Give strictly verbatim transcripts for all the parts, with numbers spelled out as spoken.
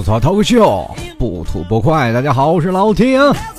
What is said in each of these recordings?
吐槽脱口秀，不吐不快。大家好，我是老铁。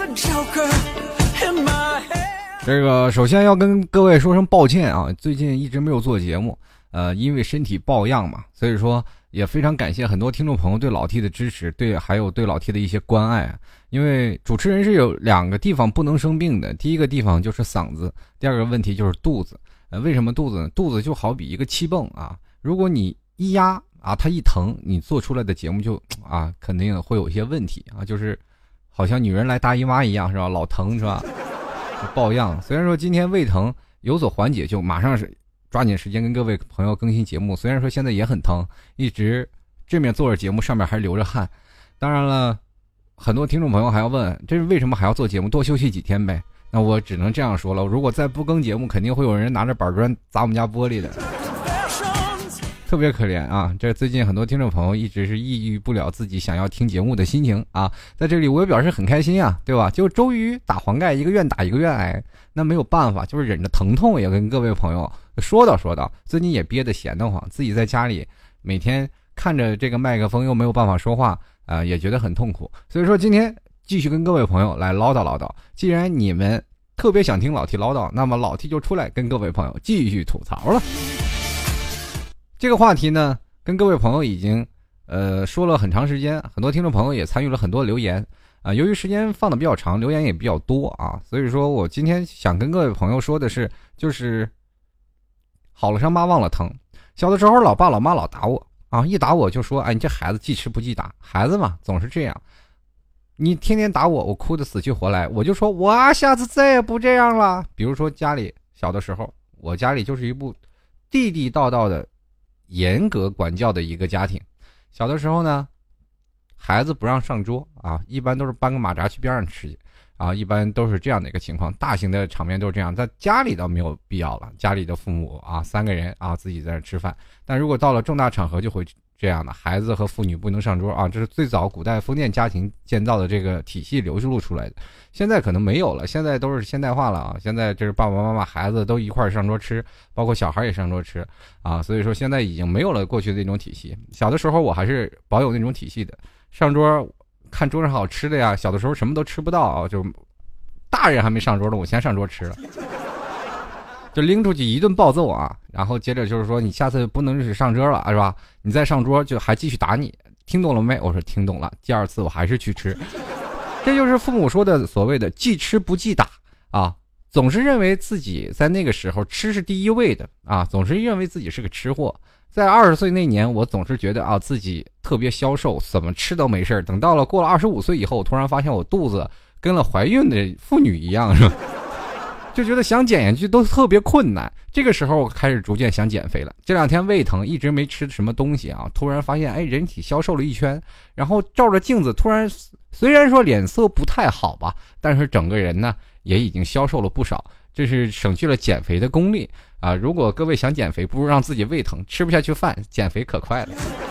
这个首先要跟各位说声抱歉啊，最近一直没有做节目，呃，因为身体抱恙嘛，所以说也非常感谢很多听众朋友对老 T 的支持，对，还有对老 T 的一些关爱。因为主持人是有两个地方不能生病的，第一个地方就是嗓子，第二个问题就是肚子。呃，为什么肚子呢？肚子就好比一个气泵啊，如果你一压啊，它一疼，你做出来的节目就啊，肯定会有一些问题啊，就是好像女人来大姨妈一样，是吧？老疼是吧？抱恙。虽然说今天胃疼有所缓解，就马上是抓紧时间跟各位朋友更新节目。虽然说现在也很疼，一直正面做着节目，上面还流着汗。当然了，很多听众朋友还要问，这是为什么还要做节目？多休息几天呗。那我只能这样说了，如果再不更节目，肯定会有人拿着板砖砸我们家玻璃的，特别可怜啊！这最近很多听众朋友一直是抑郁不了自己想要听节目的心情啊，在这里我也表示很开心啊，对吧？就周瑜打黄盖，一个愿打一个愿挨，那没有办法，就是忍着疼痛也跟各位朋友说道说道。最近也憋得闲得慌，自己在家里每天看着这个麦克风又没有办法说话啊、呃，也觉得很痛苦。所以说今天继续跟各位朋友来唠叨唠叨。既然你们特别想听老 T 唠叨，那么老 T 就出来跟各位朋友继续吐槽了。这个话题呢，跟各位朋友已经呃说了很长时间，很多听众朋友也参与了很多留言啊、呃。由于时间放的比较长，留言也比较多啊，所以说我今天想跟各位朋友说的是，就是好了伤疤忘了疼。小的时候，老爸老妈老打我啊，一打我就说，哎，你这孩子记吃不记打，孩子嘛总是这样。你天天打我，我哭得死去活来，我就说我下次再也不这样了。比如说家里小的时候，我家里就是一部地地道道的严格管教的一个家庭。小的时候呢，孩子不让上桌啊，一般都是搬个马扎去边上吃去啊，一般都是这样的一个情况。大型的场面都是这样，在家里倒没有必要了，家里的父母啊三个人啊自己在那吃饭。但如果到了重大场合，就会这样的，孩子和妇女不能上桌啊，这是最早古代封建家庭建造的这个体系流露出来的。现在可能没有了，现在都是现代化了啊，现在这是爸爸妈妈孩子都一块上桌吃，包括小孩也上桌吃啊，所以说现在已经没有了过去的那种体系。小的时候我还是保有那种体系的，上桌看桌上好吃的呀，小的时候什么都吃不到啊，就大人还没上桌呢，我先上桌吃了。就拎出去一顿暴揍啊，然后接着就是说你下次不能是上桌了是吧？你再上桌就还继续打你，听懂了没？我说听懂了，第二次我还是去吃。这就是父母说的所谓的记吃不记打啊，总是认为自己在那个时候吃是第一位的啊，总是认为自己是个吃货。在二十岁那年，我总是觉得啊自己特别消瘦，怎么吃都没事。等到了过了二十五岁以后，突然发现我肚子跟了怀孕的妇女一样，是吧？就觉得想减下去都特别困难。这个时候我开始逐渐想减肥了。这两天胃疼，一直没吃什么东西啊，突然发现哎，人体消瘦了一圈，然后照着镜子，突然虽然说脸色不太好吧，但是整个人呢也已经消瘦了不少。这是省去了减肥的功力啊！如果各位想减肥，不如让自己胃疼，吃不下去饭，减肥可快了。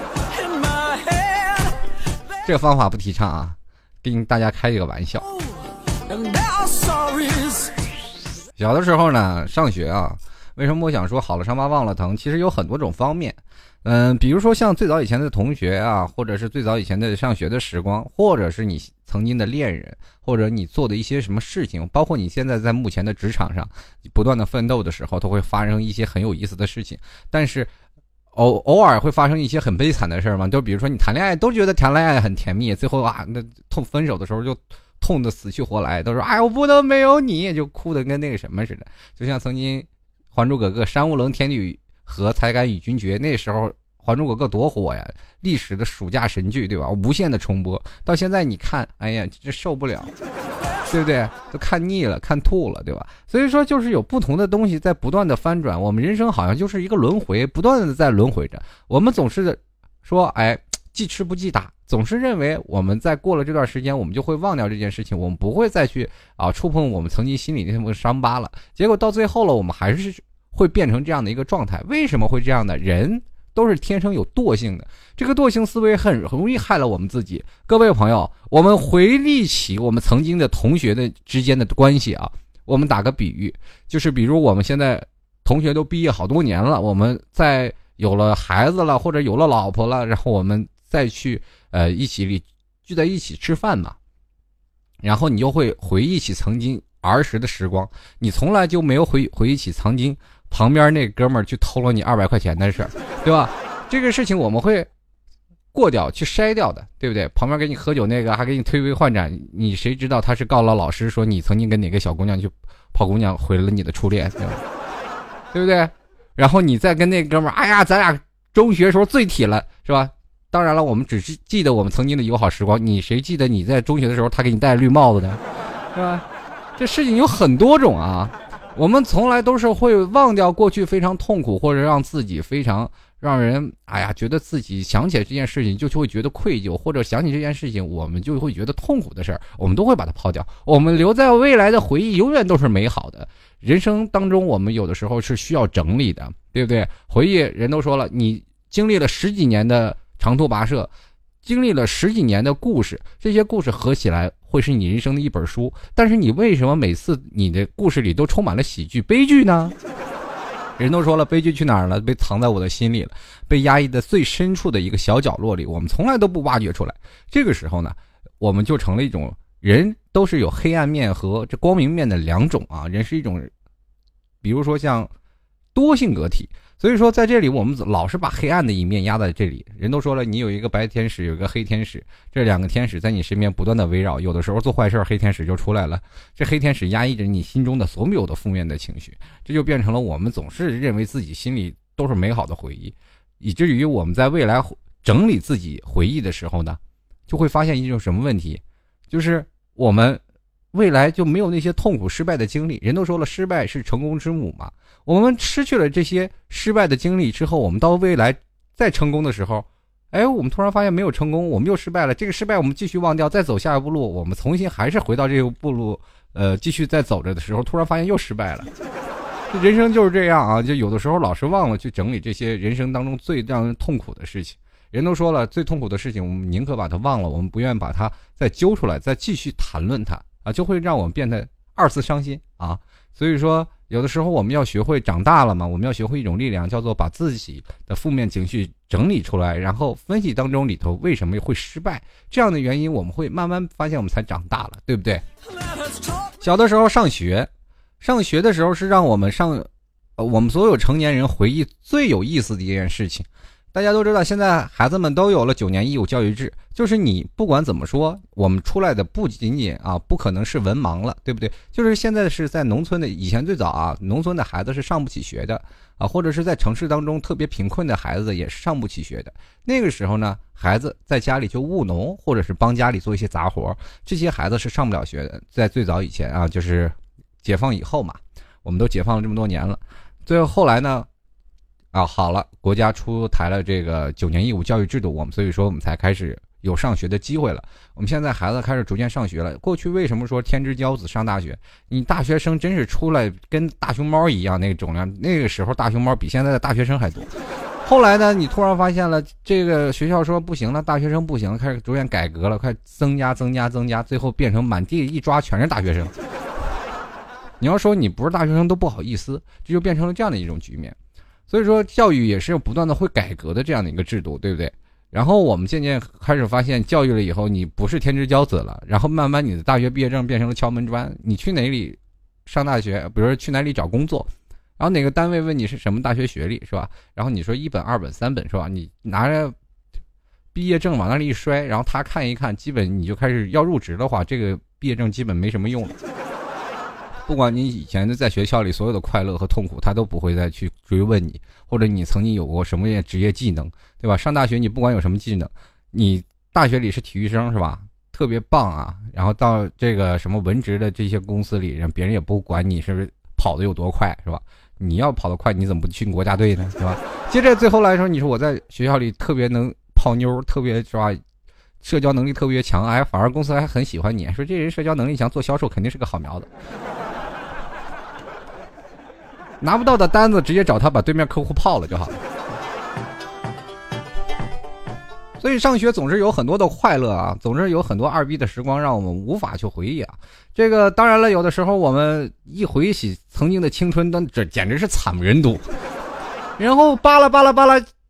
这个方法不提倡啊，跟大家开一个玩笑。小的时候呢，上学啊，为什么我想说好了伤疤忘了疼？其实有很多种方面，嗯、呃，比如说像最早以前的同学啊，或者是最早以前的上学的时光，或者是你曾经的恋人，或者你做的一些什么事情，包括你现在在目前的职场上不断的奋斗的时候，都会发生一些很有意思的事情。但是偶偶尔会发生一些很悲惨的事嘛，就比如说你谈恋爱都觉得谈恋爱很甜蜜，最后啊，那痛分手的时候就痛得死去活来，都说哎我不能没有你，就哭得跟那个什么似的。就像曾经还珠格格山无棱天地合才敢与君绝，那时候还珠格格多火呀，历史的暑假神剧对吧，无限的重播，到现在你看哎呀这受不了，对不对？都看腻了看吐了对吧？所以说就是有不同的东西在不断的翻转，我们人生好像就是一个轮回，不断的在轮回着。我们总是说哎记吃不记打，总是认为我们在过了这段时间我们就会忘掉这件事情，我们不会再去啊触碰我们曾经心里那么伤疤了，结果到最后了我们还是会变成这样的一个状态。为什么会这样呢？人都是天生有惰性的，这个惰性思维很容易害了我们自己。各位朋友，我们回忆起我们曾经的同学的之间的关系啊，我们打个比喻，就是比如我们现在同学都毕业好多年了，我们在有了孩子了或者有了老婆了，然后我们再去呃一起里聚在一起吃饭嘛，然后你就会回忆起曾经儿时的时光，你从来就没有回回忆起曾经旁边那哥们儿去偷了你二百块钱的事儿，对吧？这个事情我们会过掉去筛掉的，对不对？旁边给你喝酒那个还给你推诿换斩，你谁知道他是告了老师说你曾经跟哪个小姑娘去泡姑娘毁了你的初恋，对吧？对不对？然后你再跟那哥们儿，哎呀咱俩中学时候最铁了，是吧？当然了，我们只是记得我们曾经的友好时光，你谁记得你在中学的时候他给你戴绿帽子呢，是吧？这事情有很多种啊，我们从来都是会忘掉过去非常痛苦，或者让自己非常让人哎呀觉得自己想起来这件事情就就会觉得愧疚，或者想起这件事情我们就会觉得痛苦的事儿，我们都会把它抛掉。我们留在未来的回忆永远都是美好的。人生当中我们有的时候是需要整理的，对不对？回忆人都说了，你经历了十几年的长途跋涉，经历了十几年的故事，这些故事合起来会是你人生的一本书，但是你为什么每次你的故事里都充满了喜剧悲剧呢？人都说了，悲剧去哪儿了？被藏在我的心里了，被压抑在最深处的一个小角落里，我们从来都不挖掘出来。这个时候呢，我们就成了一种人都是有黑暗面和这光明面的两种啊，人是一种比如说像多性格体，所以说在这里我们老是把黑暗的一面压在这里。人都说了，你有一个白天使，有一个黑天使，这两个天使在你身边不断的围绕，有的时候做坏事黑天使就出来了，这黑天使压抑着你心中的所有的负面的情绪，这就变成了我们总是认为自己心里都是美好的回忆，以至于我们在未来整理自己回忆的时候呢，就会发现一种什么问题，就是我们未来就没有那些痛苦失败的经历。人都说了，失败是成功之母嘛，我们失去了这些失败的经历之后，我们到未来再成功的时候，哎，我们突然发现没有成功，我们又失败了，这个失败我们继续忘掉，再走下一步路，我们重新还是回到这个步路，呃，继续再走着的时候，突然发现又失败了。人生就是这样啊，就有的时候老是忘了去整理这些人生当中最让人痛苦的事情。人都说了，最痛苦的事情我们宁可把它忘了，我们不愿把它再揪出来再继续谈论它啊，就会让我们变得二次伤心啊。所以说有的时候我们要学会长大了嘛，我们要学会一种力量，叫做把自己的负面情绪整理出来，然后分析当中里头为什么会失败，这样的原因我们会慢慢发现我们才长大了，对不对？小的时候上学上学的时候是让我们上呃，我们所有成年人回忆最有意思的一件事情。大家都知道现在孩子们都有了九年义务教育制，就是你不管怎么说，我们出来的不仅仅啊不可能是文盲了，对不对？就是现在是在农村的，以前最早啊农村的孩子是上不起学的啊，或者是在城市当中特别贫困的孩子也是上不起学的。那个时候呢，孩子在家里就务农，或者是帮家里做一些杂活，这些孩子是上不了学的。在最早以前啊，就是解放以后嘛，我们都解放了这么多年了，最后后来呢啊，好了，国家出台了这个九年义务教育制度，我们所以说我们才开始有上学的机会了。我们现在孩子开始逐渐上学了。过去为什么说天之骄子上大学？你大学生真是出来跟大熊猫一样那个种量，那个时候大熊猫比现在的大学生还多。后来呢，你突然发现了这个学校说不行了，大学生不行，开始逐渐改革了，快增加增加增加，最后变成满地一抓全是大学生。你要说你不是大学生都不好意思，这就变成了这样的一种局面。所以说教育也是不断的会改革的这样的一个制度，对不对？然后我们渐渐开始发现，教育了以后你不是天之骄子了，然后慢慢你的大学毕业证变成了敲门砖，你去哪里上大学，比如说去哪里找工作，然后哪个单位问你是什么大学学历，是吧？然后你说一本二本三本，是吧？你拿着毕业证往那里一摔，然后他看一看，基本你就开始要入职的话，这个毕业证基本没什么用了。不管你以前的在学校里所有的快乐和痛苦，他都不会再去追问你，或者你曾经有过什么职业技能，对吧？上大学你不管有什么技能，你大学里是体育生是吧？特别棒啊！然后到这个什么文职的这些公司里，人别人也不管你是不是跑得有多快，是吧？你要跑得快，你怎么不去国家队呢？是吧？接着最后来说，你说我在学校里特别能泡妞，特别是吧？社交能力特别强，哎，反而公司还很喜欢你，说这人社交能力强，做销售肯定是个好苗子。拿不到的单子直接找他把对面客户泡了就好了。所以上学总是有很多的快乐啊，总是有很多二逼的时光让我们无法去回忆啊。这个当然了，有的时候我们一回忆起曾经的青春，这简直是惨不忍睹。然后巴拉巴拉巴拉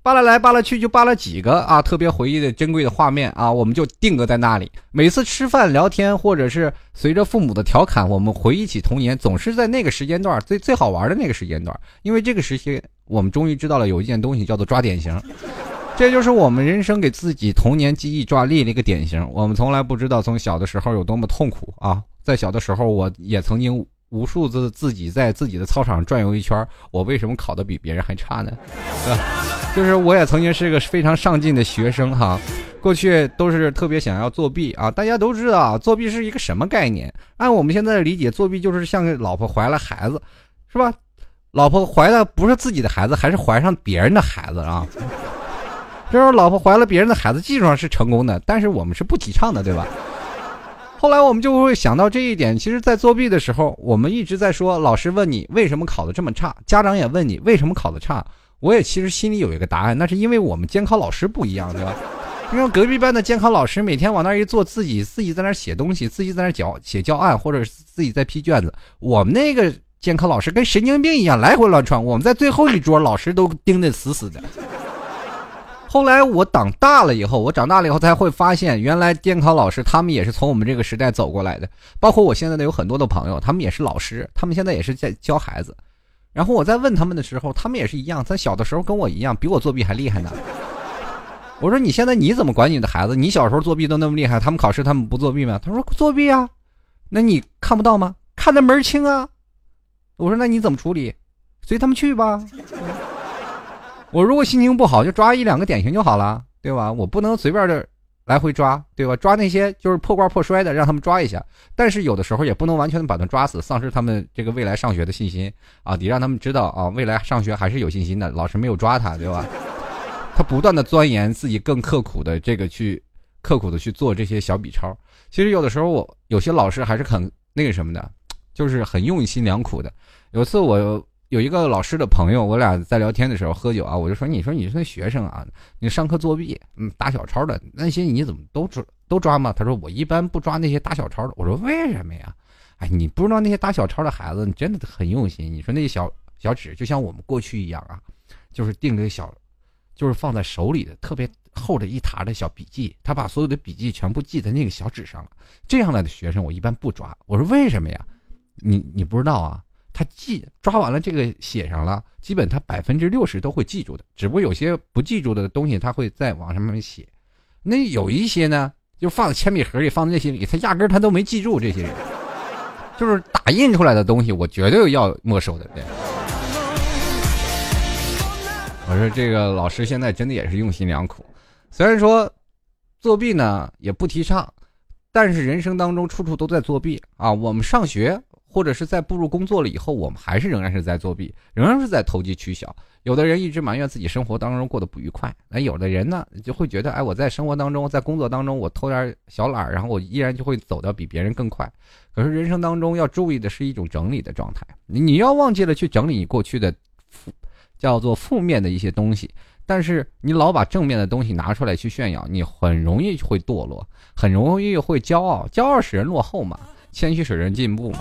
扒拉来扒拉去就扒拉几个啊特别回忆的珍贵的画面啊，我们就定格在那里。每次吃饭聊天或者是随着父母的调侃，我们回忆起童年，总是在那个时间段最最好玩的那个时间段，因为这个时期我们终于知道了有一件东西叫做抓典型。这就是我们人生给自己童年记忆抓立了一个典型。我们从来不知道从小的时候有多么痛苦啊！在小的时候我也曾经无数次自己在自己的操场转悠一圈，我为什么考得比别人还差呢？啊，就是我也曾经是个非常上进的学生哈，过去都是特别想要作弊啊。大家都知道作弊是一个什么概念？按我们现在的理解，作弊就是像老婆怀了孩子，是吧？老婆怀的不是自己的孩子，还是怀上别人的孩子啊。这时候老婆怀了别人的孩子，技术上是成功的，但是我们是不提倡的，对吧？后来我们就会想到这一点，其实在作弊的时候，我们一直在说，老师问你为什么考得这么差，家长也问你为什么考得差，我也其实心里有一个答案，那是因为我们监考老师不一样，对吧？因为隔壁班的监考老师每天往那一坐，自己自己在那写东西，自己在那教写教案，或者是自己在批卷子。我们那个监考老师跟神经病一样来回乱窜，我们在最后一桌，老师都盯得死死的。后来我长大了以后，我长大了以后才会发现，原来监考老师他们也是从我们这个时代走过来的。包括我现在的有很多的朋友，他们也是老师，他们现在也是在教孩子。然后我在问他们的时候，他们也是一样，在小的时候跟我一样，比我作弊还厉害呢。我说你现在你怎么管你的孩子？你小时候作弊都那么厉害，他们考试他们不作弊吗？他说作弊啊。那你看不到吗？看得门清啊。我说那你怎么处理？随他们去吧。我如果心情不好，就抓一两个典型就好了，对吧？我不能随便的来回抓，对吧？抓那些就是破罐破摔的，让他们抓一下。但是有的时候也不能完全的把他们抓死，丧失他们这个未来上学的信心啊！得让他们知道啊，未来上学还是有信心的。老师没有抓他，对吧？他不断的钻研自己，更刻苦的这个去刻苦的去做这些小笔抄。其实有的时候我有些老师还是很那个什么的，就是很用心良苦的。有一次我有一个老师的朋友，我俩在聊天的时候喝酒啊，我就说，你说你是那学生啊，你上课作弊，嗯，打小抄的那些你怎么都抓都抓吗？他说我一般不抓那些打小抄的。我说为什么呀？哎，你不知道那些打小抄的孩子，你真的很用心。你说那些小小纸就像我们过去一样啊，就是定个小，就是放在手里的特别厚的一沓的小笔记，他把所有的笔记全部记在那个小纸上了。这样的学生我一般不抓。我说为什么呀？你你不知道啊？他记抓完了这个写上了，基本他百分之六十都会记住的，只不过有些不记住的东西他会在网上面写。那有一些呢，就放在铅笔盒里，放在那些里，他压根他都没记住。这些人就是打印出来的东西，我绝对要没收的。对，我说这个老师现在真的也是用心良苦。虽然说作弊呢也不提倡，但是人生当中处处都在作弊啊。我们上学或者是在步入工作了以后，我们还是仍然是在作弊，仍然是在投机取巧。有的人一直埋怨自己生活当中过得不愉快，那有的人呢就会觉得，哎，我在生活当中，在工作当中，我偷点小懒，然后我依然就会走得比别人更快。可是人生当中要注意的是一种整理的状态，你要忘记了去整理你过去的叫做负面的一些东西，但是你老把正面的东西拿出来去炫耀，你很容易会堕落，很容易会骄傲，骄傲使人落后嘛，谦虚使人进步嘛。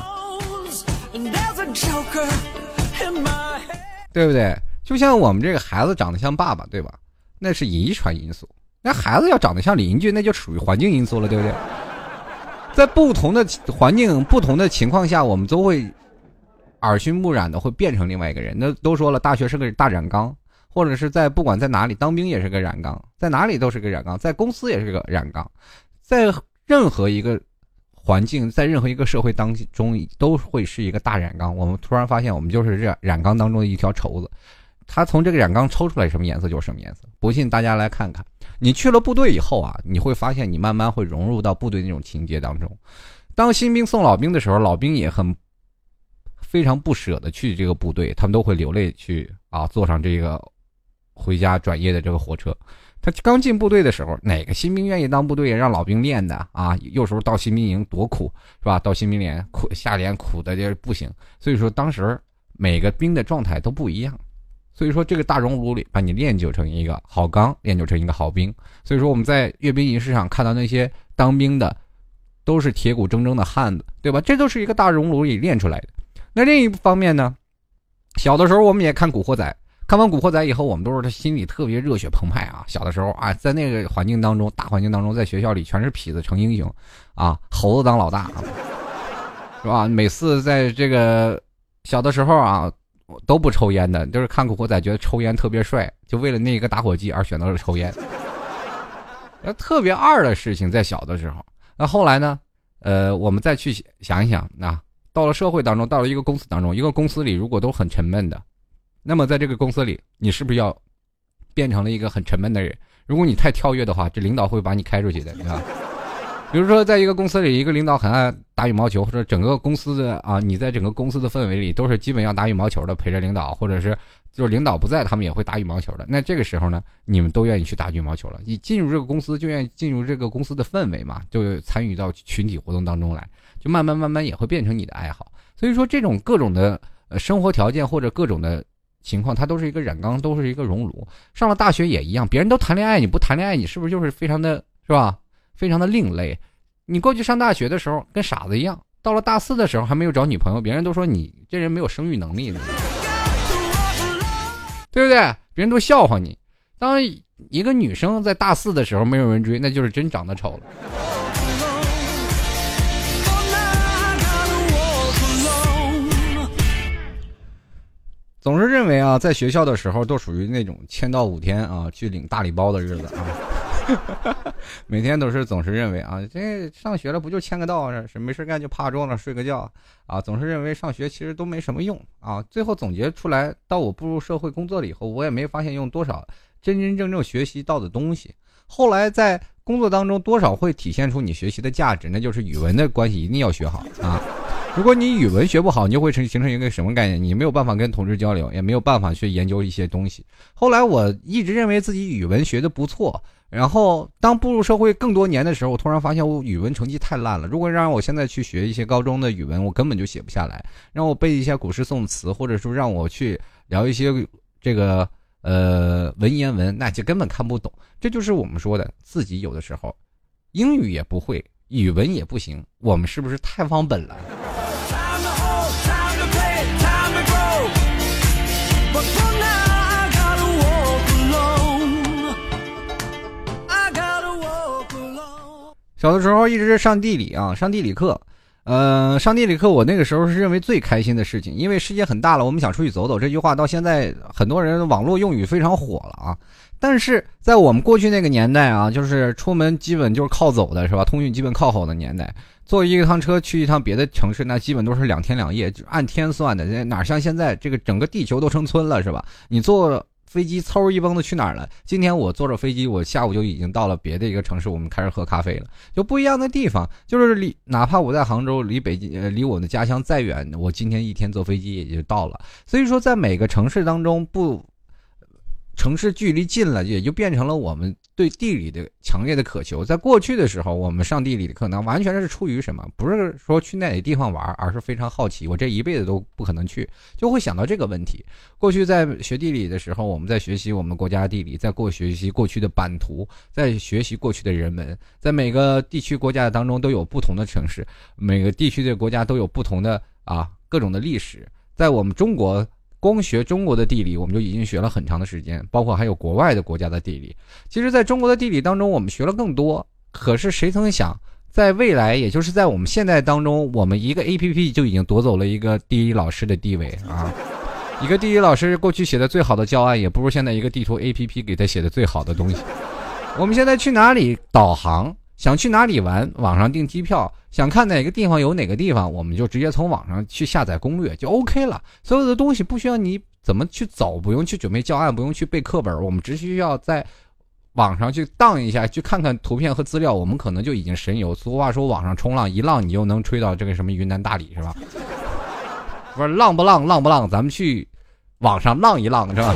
对不对？就像我们这个孩子长得像爸爸，对吧？那是遗传因素。那孩子要长得像邻居，那就属于环境因素了，对不对？在不同的环境、不同的情况下，我们都会耳熏目染的会变成另外一个人。那都说了，大学是个大染缸，或者是在不管在哪里当兵也是个染缸，在哪里都是个染缸，在公司也是个染缸，在任何一个环境，在任何一个社会当中都会是一个大染缸。我们突然发现我们就是这染缸当中的一条绸子，它从这个染缸抽出来什么颜色就是什么颜色。不信大家来看看，你去了部队以后啊，你会发现你慢慢会融入到部队那种情节当中。当新兵送老兵的时候，老兵也很非常不舍得去这个部队，他们都会流泪去啊坐上这个回家转业的这个火车。他刚进部队的时候，哪个新兵愿意当部队让老兵练的啊？有时候到新兵营多苦，是吧？到新兵连苦下连苦的就不行。所以说当时每个兵的状态都不一样。所以说这个大熔炉里把你练就成一个好钢，练就成一个好兵。所以说我们在阅兵仪式上看到那些当兵的都是铁骨铮铮的汉子，对吧？这都是一个大熔炉里练出来的。那另一方面呢，小的时候我们也看古惑仔， 看完《古惑仔》以后，我们都是他心里特别热血澎湃啊。小的时候啊，在那个环境当中，大环境当中，在学校里全是痞子成英雄啊，猴子当老大，是吧？每次在这个小的时候啊，都不抽烟的，就是看《古惑仔》觉得抽烟特别帅，就为了那个打火机而选择了抽烟。特别二的事情在小的时候。那后来呢？呃，我们再去想一想，那到了社会当中，到了一个公司当中，一个公司里如果都很沉闷的。那么在这个公司里，你是不是要变成了一个很沉闷的人？如果你太跳跃的话，这领导会把你开出去的，对吧？比如说，在一个公司里，一个领导很爱打羽毛球，或者整个公司的啊，你在整个公司的氛围里都是基本要打羽毛球的，陪着领导，或者是就是领导不在，他们也会打羽毛球的。那这个时候呢，你们都愿意去打羽毛球了。你进入这个公司，就愿意进入这个公司的氛围嘛，就参与到群体活动当中来，就慢慢慢慢也会变成你的爱好。所以说，这种各种的呃生活条件或者各种的情况，它都是一个染缸，都是一个熔炉。上了大学也一样，别人都谈恋爱，你不谈恋爱，你是不是就是非常的，是吧？非常的另类。你过去上大学的时候跟傻子一样，到了大四的时候还没有找女朋友，别人都说你这人没有生育能力呢，对不对？别人都笑话你。当一个女生在大四的时候没有人追，那就是真长得丑了。总是认为啊，在学校的时候都属于那种签到五天啊，去领大礼包的日子啊。每天都是总是认为啊，这上学了不就签个到，是没事干就趴桌上睡个觉啊，总是认为上学其实都没什么用啊。最后总结出来，到我步入社会工作了以后，我也没发现用多少真真正正学习到的东西。后来在工作当中多少会体现出你学习的价值，那就是语文的关系一定要学好啊。如果你语文学不好，你就会形成一个什么概念？你没有办法跟同事交流，也没有办法去研究一些东西。后来我一直认为自己语文学的不错，然后当步入社会更多年的时候，我突然发现我语文成绩太烂了。如果让我现在去学一些高中的语文，我根本就写不下来。让我背一下古诗宋词，或者说让我去聊一些这个呃文言文，那就根本看不懂。这就是我们说的，自己有的时候英语也不会，语文也不行，我们是不是太忘本了？小的时候一直是上地理啊，上地理课，呃，上地理课我那个时候是认为最开心的事情，因为世界很大了，我们想出去走走。这句话到现在很多人网络用语非常火了啊。但是在我们过去那个年代啊，就是出门基本就是靠走的，是吧？通讯基本靠吼的年代，坐一趟车去一趟别的城市，那基本都是两天两夜，就按天算的，哪像现在这个整个地球都成村了，是吧？你坐飞机嗖一蹦子去哪儿了？今天我坐着飞机，我下午就已经到了别的一个城市，我们开始喝咖啡了。就不一样的地方，就是离哪怕我在杭州，离北京，呃，离我的家乡再远，我今天一天坐飞机也就到了。所以说，在每个城市当中，不城市距离近了，也就变成了我们对地理的强烈的渴求。在过去的时候，我们上地理的课呢，完全是出于什么？不是说去那里地方玩，而是非常好奇，我这一辈子都不可能去，就会想到这个问题。过去在学地理的时候，我们在学习我们国家地理，在过学习过去的版图，在学习过去的人文，在每个地区国家当中都有不同的城市，每个地区的国家都有不同的啊各种的历史。在我们中国，光学中国的地理我们就已经学了很长的时间，包括还有国外的国家的地理。其实在中国的地理当中我们学了更多，可是谁曾想在未来，也就是在我们现在当中，我们一个 A P P 就已经夺走了一个地理老师的地位啊！一个地理老师过去写的最好的教案，也不如现在一个地图 A P P 给他写的最好的东西。我们现在去哪里导航，想去哪里玩，网上订机票，想看哪个地方有哪个地方，我们就直接从网上去下载攻略就 OK 了。所有的东西不需要你怎么去走，不用去准备教案，不用去背课本，我们只需要在网上去荡一下，去看看图片和资料，我们可能就已经神游。俗话说网上冲浪一浪你就能吹到这个什么云南大理，是吧？不是浪不浪浪不浪，咱们去网上浪一浪，是吧？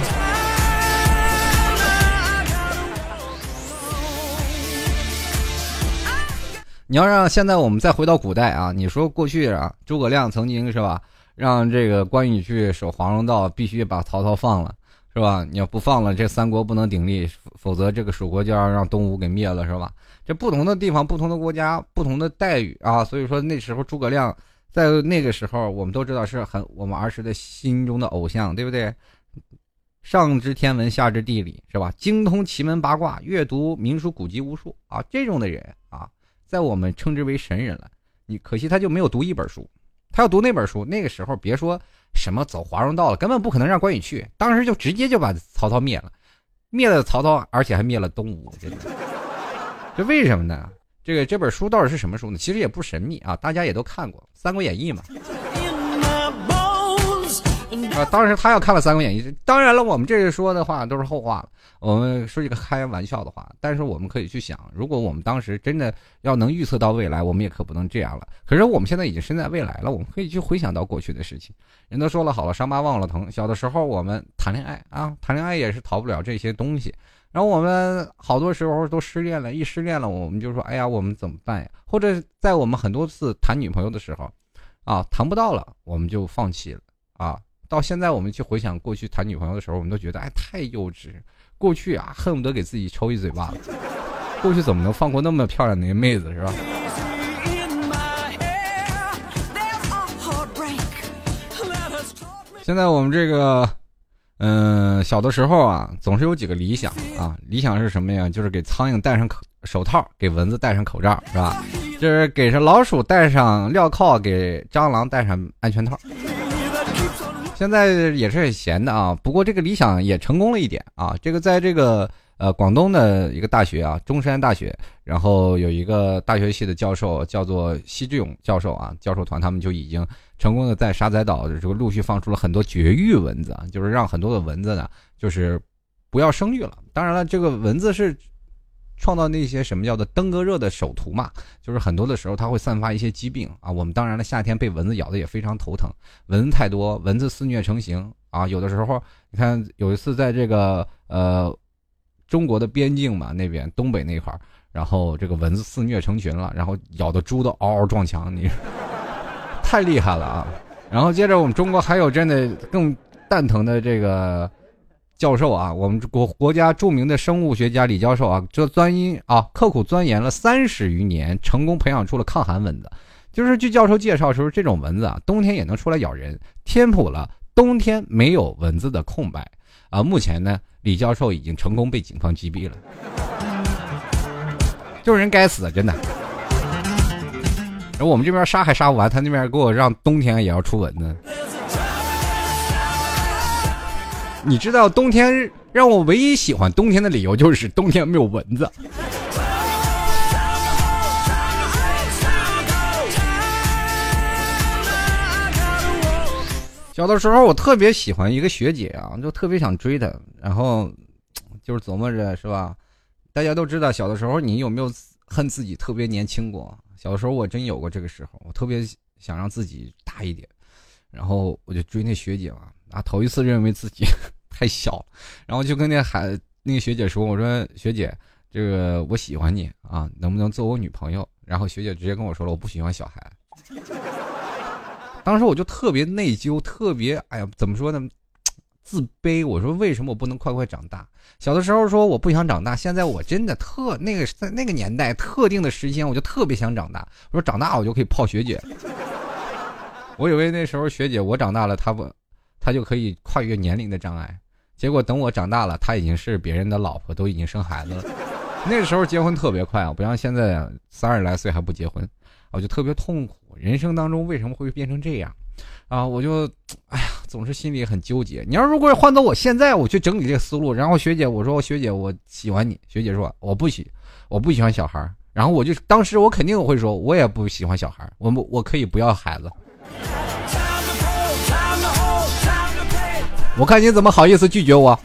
你要让现在我们再回到古代啊，你说过去啊，诸葛亮曾经是吧，让这个关羽去守黄蓉道，必须把曹操放了，是吧？你要不放了，这三国不能鼎立，否则这个蜀国就要让东吴给灭了，是吧？这不同的地方，不同的国家，不同的待遇啊，所以说那时候诸葛亮在那个时候，我们都知道是很我们儿时的心中的偶像，对不对？ 上知天文下知地理，是吧？精通奇门八卦，阅读民俗古籍无数啊，这种的人啊，在我们称之为神人了。你可惜他就没有读一本书，他要读那本书，那个时候别说什么走华容道了，根本不可能让关羽去，当时就直接就把曹操灭了，灭了曹操，而且还灭了东吴。这这为什么呢？这个这本书到底是什么书呢？其实也不神秘啊，大家也都看过《三国演义》嘛。啊，当时他要看了《三国演义》，当然了，我们这个说的话都是后话了，我们说一个开玩笑的话，但是我们可以去想，如果我们当时真的要能预测到未来，我们也可不能这样了。可是我们现在已经身在未来了，我们可以去回想到过去的事情。人都说了好了，伤疤忘了疼。小的时候我们谈恋爱啊，谈恋爱也是逃不了这些东西。然后我们好多时候都失恋了，一失恋了，我们就说，哎呀，我们怎么办呀？或者在我们很多次谈女朋友的时候，啊，谈不到了，我们就放弃了啊。到现在我们去回想过去谈女朋友的时候，我们都觉得哎太幼稚，过去啊恨不得给自己抽一嘴巴子，过去怎么能放过那么漂亮的一个妹子，是吧？现在我们这个嗯、呃、小的时候啊，总是有几个理想啊，理想是什么呀？就是给苍蝇戴上口手套，给蚊子戴上口罩，是吧？就是给上老鼠戴上镣铐，给蟑螂戴上安全套。现在也是很闲的啊，不过这个理想也成功了一点啊。这个在这个呃广东的一个大学啊，中山大学，然后有一个大学系的教授叫做奚志勇教授啊，教授团他们就已经成功的在沙仔岛这个陆续放出了很多绝育蚊子啊，就是让很多的蚊子呢就是不要生育了。当然了，这个蚊子是创造那些什么叫做登革热的首图嘛，就是很多的时候它会散发一些疾病啊。我们当然了，夏天被蚊子咬的也非常头疼，蚊子太多，蚊子肆虐成行啊。有的时候你看有一次在这个呃中国的边境嘛，那边东北那块儿，然后这个蚊子肆虐成群了，然后咬的猪都嗷嗷撞墙，你太厉害了啊。然后接着我们中国还有真的更蛋疼的这个教授啊，我们国国家著名的生物学家李教授啊，这钻研啊，刻苦钻研了三十余年，成功培养出了抗寒蚊子。就是据教授介绍说，这种蚊子啊，冬天也能出来咬人，填补了冬天没有蚊子的空白啊。目前呢，李教授已经成功被警方击毙了，就是人该死，真的。然后我们这边杀还杀不完，他那边给我让冬天也要出蚊子。你知道冬天让我唯一喜欢冬天的理由就是冬天没有蚊子。小的时候我特别喜欢一个学姐啊，就特别想追她，然后就是琢磨着是吧，大家都知道小的时候你有没有恨自己特别年轻过？小的时候我真有过这个时候，我特别想让自己大一点，然后我就追那学姐嘛，啊，头一次认为自己太小了，然后就跟那孩那个学姐说，我说学姐，这个我喜欢你啊，能不能做我女朋友？然后学姐直接跟我说了，我不喜欢小孩。当时我就特别内疚，特别哎呀，怎么说呢，自卑。我说为什么我不能快快长大？小的时候说我不想长大，现在我真的特那个在那个年代特定的时间，我就特别想长大。我说长大我就可以泡学姐。我以为那时候学姐我长大了，她不，她就可以跨越年龄的障碍。结果等我长大了，她已经是别人的老婆，都已经生孩子了。那个时候结婚特别快啊，不像现在三十来岁还不结婚，我就特别痛苦。人生当中为什么会变成这样啊？我就哎呀，总是心里很纠结。你要如果换到我现在，我去整理这个思路，然后学姐我说学姐我喜欢你，学姐说我不喜我不喜欢小孩，然后我就当时我肯定会说我也不喜欢小孩，我我可以不要孩子。我看你怎么好意思拒绝我。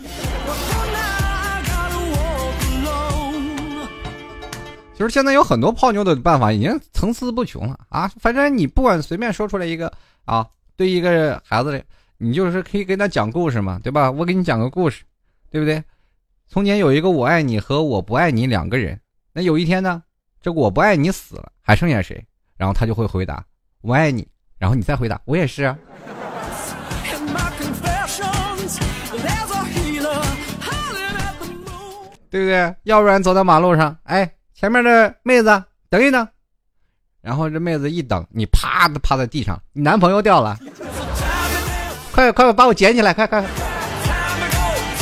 就是现在有很多泡妞的办法已经层出不穷了啊！反正你不管随便说出来一个啊，对一个孩子，你就是可以跟他讲故事嘛，对吧？我给你讲个故事，对不对？从前有一个我爱你和我不爱你两个人，那有一天呢，这个我不爱你死了，还剩下谁？然后他就会回答我爱你，然后你再回答我也是啊。对不对？要不然走到马路上，哎，前面的妹子等一等，然后这妹子一等，你啪的趴在地上，你男朋友掉了，快快把我捡起来，快快！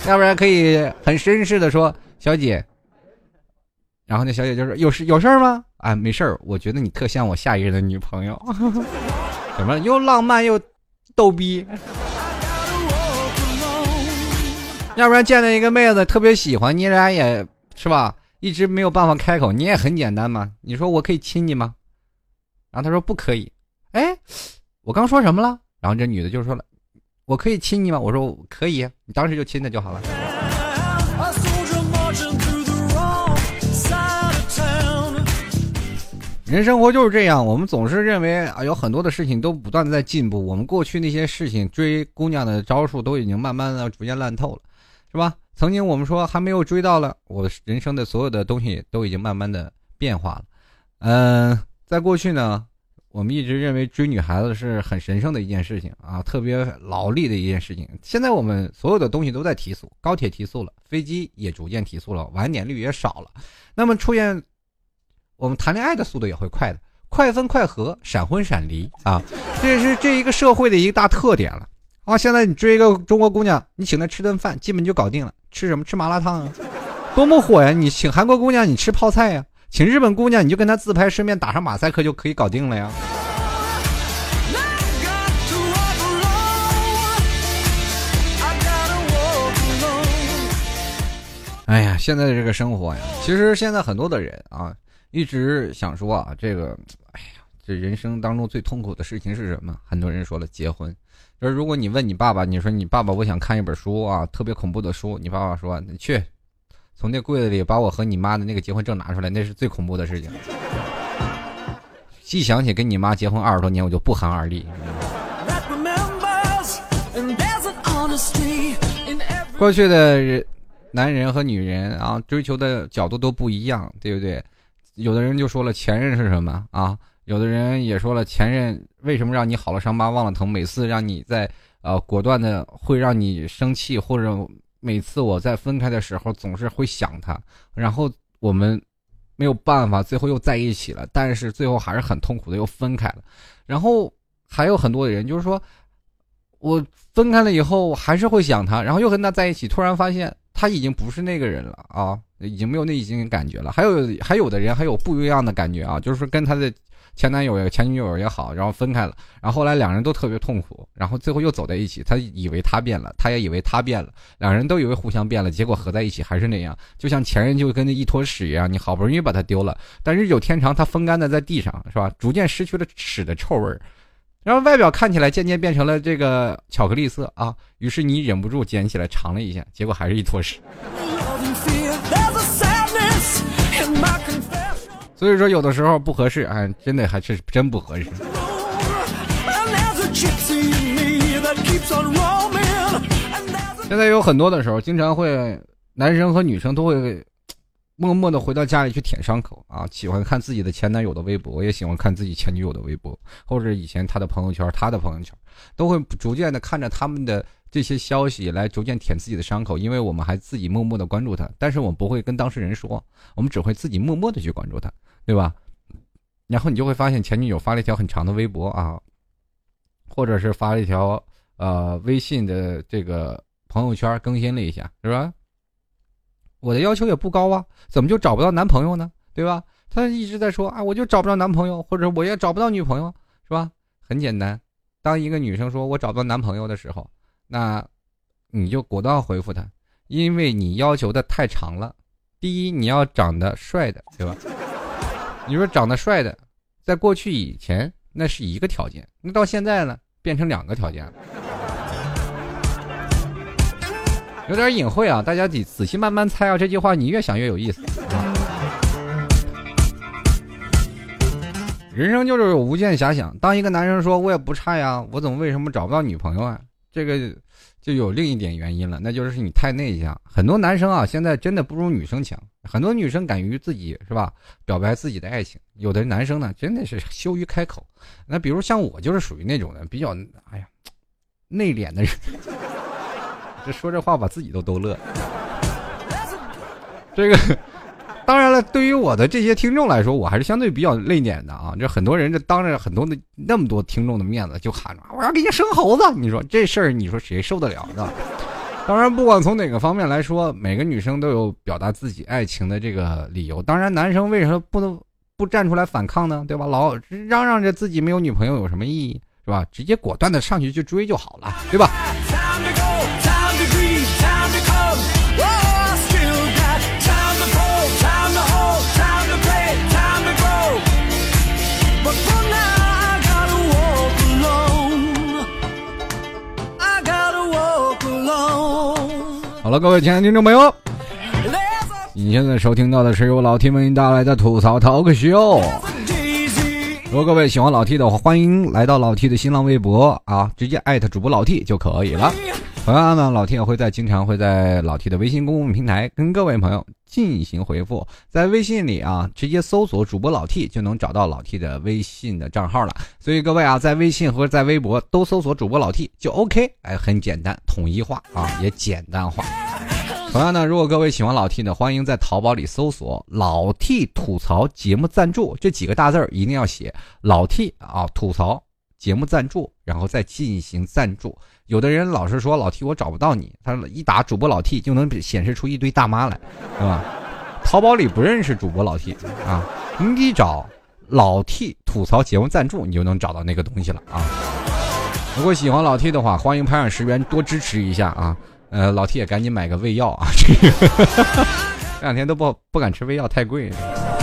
要不然可以很绅士的说小姐，然后那小姐就说有事有事吗？啊，没事儿，我觉得你特像我下一任的女朋友。什么又浪漫又逗逼。要不然见了一个妹子特别喜欢你，俩也是吧，一直没有办法开口，你也很简单嘛，你说我可以亲你吗？然后他说不可以。哎，我刚说什么了？然后这女的就说了，我可以亲你吗？我说可以，你当时就亲他就好了。人生活就是这样，我们总是认为啊，有很多的事情都不断的在进步，我们过去那些事情追姑娘的招数都已经慢慢的逐渐烂透了，是吧？曾经我们说还没有追到了，我人生的所有的东西都已经慢慢的变化了。嗯、呃，在过去呢，我们一直认为追女孩子是很神圣的一件事情啊，特别劳力的一件事情。现在我们所有的东西都在提速，高铁提速了，飞机也逐渐提速了，晚点率也少了。那么出现我们谈恋爱的速度也会快的，快分快合，闪婚闪离啊，这是这一个社会的一个大特点了啊。现在你追一个中国姑娘，你请她吃顿饭，基本就搞定了。吃什么？吃麻辣烫啊，多么火呀！你请韩国姑娘，你吃泡菜呀；请日本姑娘，你就跟她自拍，顺便打上马赛克就可以搞定了呀。哎呀，现在的这个生活呀，其实现在很多的人啊。一直想说啊，这个，哎呀，这人生当中最痛苦的事情是什么？很多人说了，结婚。就是如果你问你爸爸，你说你爸爸，我想看一本书啊，特别恐怖的书，你爸爸说，你去，从那柜子里把我和你妈的那个结婚证拿出来，那是最恐怖的事情。细想起跟你妈结婚二十多年，我就不寒而栗。过去的人，男人和女人啊，追求的角度都不一样，对不对？有的人就说了前任是什么啊，有的人也说了前任为什么让你好了伤疤忘了疼，每次让你在呃果断的会让你生气，或者每次我在分开的时候总是会想他，然后我们没有办法最后又在一起了，但是最后还是很痛苦的又分开了。然后还有很多的人就是说我分开了以后还是会想他，然后又跟他在一起，突然发现他已经不是那个人了啊，已经没有那已经感觉了。还有还有的人还有不一样的感觉啊，就是说跟他的前男友也前女友也好，然后分开了，然后后来两人都特别痛苦，然后最后又走在一起，他以为他变了，他也以为他变了，两人都以为互相变了，结果合在一起还是那样，就像前任就跟那一坨屎一样，你好不容易把他丢了，但日久天长他风干的在地上，是吧？逐渐失去了屎的臭味，然后外表看起来渐渐变成了这个巧克力色啊，于是你忍不住捡起来尝了一下，结果还是一坨屎。所以说有的时候不合适，哎，真的还是真不合适。现在有很多的时候，经常会男生和女生都会默默的回到家里去舔伤口啊，喜欢看自己的前男友的微博，也喜欢看自己前女友的微博，或者以前他的朋友圈，他的朋友圈，都会逐渐的看着他们的这些消息来逐渐舔自己的伤口，因为我们还自己默默的关注他，但是我们不会跟当事人说，我们只会自己默默的去关注他，对吧？然后你就会发现前女友发了一条很长的微博啊，或者是发了一条呃微信的这个朋友圈更新了一下，是吧？我的要求也不高啊，怎么就找不到男朋友呢？对吧？他一直在说啊，我就找不到男朋友，或者我也找不到女朋友，是吧？很简单，当一个女生说我找不到男朋友的时候，那你就果断回复她，因为你要求的太长了。第一，你要长得帅的，对吧？你说长得帅的，在过去以前那是一个条件，那到现在呢，变成两个条件了。有点隐晦啊，大家仔仔细慢慢猜啊，这句话你越想越有意思啊。人生就是有无限遐想，当一个男生说我也不差呀，我怎么为什么找不到女朋友啊，这个就有另一点原因了，那就是你太内向。很多男生啊现在真的不如女生强，很多女生敢于自己是吧表白自己的爱情，有的男生呢真的是羞于开口。那比如像我就是属于那种的比较哎呀内敛的人，这说这话把自己都逗乐。这个当然了，对于我的这些听众来说，我还是相对比较内敛的啊。这很多人这当着很多的那么多听众的面子就喊着我要给你生猴子，你说这事儿你说谁受得了是吧？ 当然，不管从哪个方面来说，每个女生都有表达自己爱情的这个理由。当然，男生为什么不能不站出来反抗呢？对吧？老嚷嚷着自己没有女朋友有什么意义？是吧？直接果断的上去去追就好了，对吧？好了，各位亲爱的听众朋友，你现在收听到的是由老 T 为您带来的吐槽 talk show。如果各位喜欢老 T 的话，欢迎来到老 T 的新浪微博啊，直接艾特主播老 T 就可以了。同样呢，老 T 也会在经常会在老 T 的微信公共平台跟各位朋友进行回复，在微信里啊，直接搜索主播老 T 就能找到老 T 的微信的账号了。所以各位啊，在微信和在微博都搜索主播老 T 就 OK， 哎，很简单，统一化啊，也简单化。同样呢，如果各位喜欢老 T 的，欢迎在淘宝里搜索老 T 吐槽节目赞助这几个大字儿，一定要写老 T 啊吐槽节目赞助，然后再进行赞助。有的人老是说老 T 我找不到你，他一打主播老 T 就能显示出一堆大妈来，对吧？淘宝里不认识主播老 T 啊，你得找老 T 吐槽节目赞助，你就能找到那个东西了啊。如果喜欢老 T 的话，欢迎拍上十元多支持一下啊。呃，老 T 也赶紧买个胃药啊，这个这两天都不不敢吃胃药，太贵了。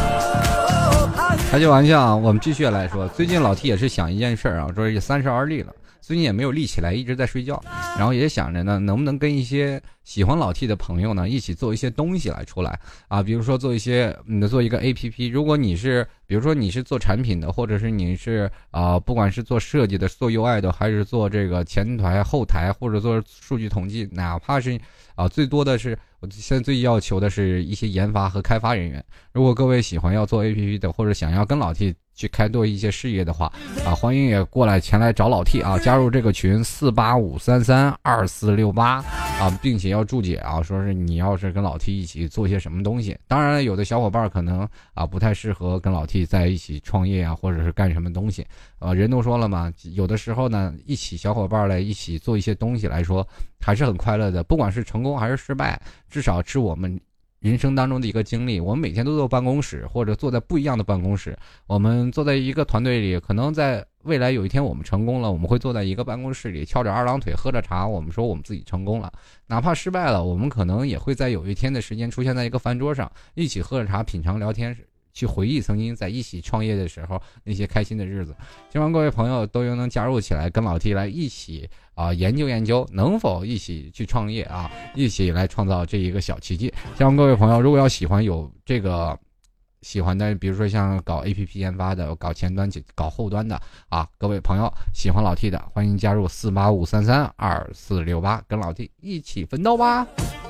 开句玩笑啊，我们继续来说，最近老 T 也是想一件事啊，说是三十而立了，最近也没有立起来，一直在睡觉，然后也想着呢，能不能跟一些喜欢老 T 的朋友呢，一起做一些东西来出来啊，比如说做一些，嗯，做一个 A P P。如果你是，比如说你是做产品的，或者是你是啊、呃，不管是做设计的、做 U I 的，还是做这个前台、后台，或者做数据统计，哪怕是啊，最多的是我现在最要求的是一些研发和开发人员。如果各位喜欢要做 A P P 的，或者想要跟老 T 去开拓一些事业的话啊，欢迎也过来前来找老 T 啊，加入这个群四八五三三二四六八啊，并且要注解啊，说是你要是跟老 T 一起做些什么东西。当然有的小伙伴可能啊不太适合跟老 T 在一起创业啊，或者是干什么东西。呃，人都说了嘛，有的时候呢，一起小伙伴来一起做一些东西来说，还是很快乐的。不管是成功还是失败，至少是我们人生当中的一个经历。我们每天都坐办公室，或者坐在不一样的办公室，我们坐在一个团队里，可能在未来有一天我们成功了，我们会坐在一个办公室里，翘着二郎腿喝着茶，我们说我们自己成功了。哪怕失败了，我们可能也会在有一天的时间出现在一个饭桌上，一起喝着茶品尝聊天，去回忆曾经在一起创业的时候那些开心的日子。希望各位朋友都能加入起来，跟老 T 来一起啊研究研究能否一起去创业啊，一起来创造这一个小奇迹。希望各位朋友如果要喜欢有这个喜欢的，比如说像搞 A P P 研发的，搞前端搞后端的啊，各位朋友喜欢老 T 的，欢迎加入四八五三三二四六八，跟老 T 一起奋斗吧。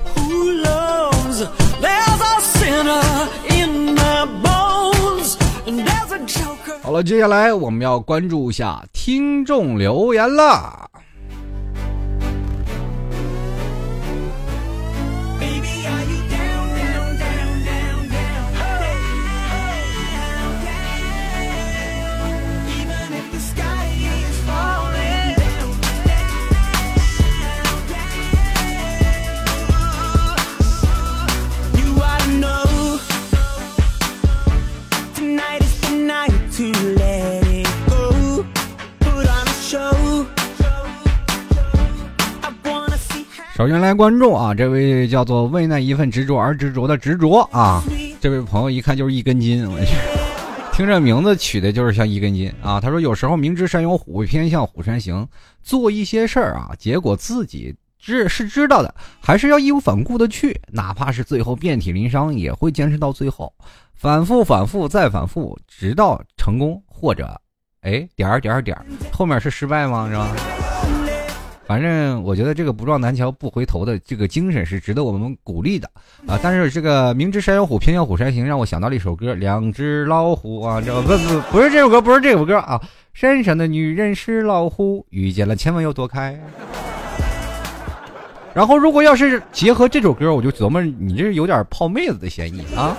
好了，接下来我们要关注一下听众留言了。首先来关注啊，这位叫做为那一份执着而执着的执着啊，这位朋友一看就是一根筋，我听这名字取的就是像一根筋啊。他说有时候明知山有虎，偏向虎山行，做一些事儿啊，结果自己知是知道的，还是要义无反顾的去，哪怕是最后遍体鳞伤，也会坚持到最后，反复反复再反复，直到成功，或者哎点儿点儿点儿，后面是失败吗？是吧？反正我觉得这个不撞南墙不回头的这个精神是值得我们鼓励的啊！但是这个明知山有虎，偏向虎山行，让我想到了一首歌，两只老虎啊，这不不不是这首歌，不是这首歌啊！山上的女人是老虎，遇见了千万要躲开。然后如果要是结合这首歌，我就琢磨你这有点泡妹子的嫌疑啊！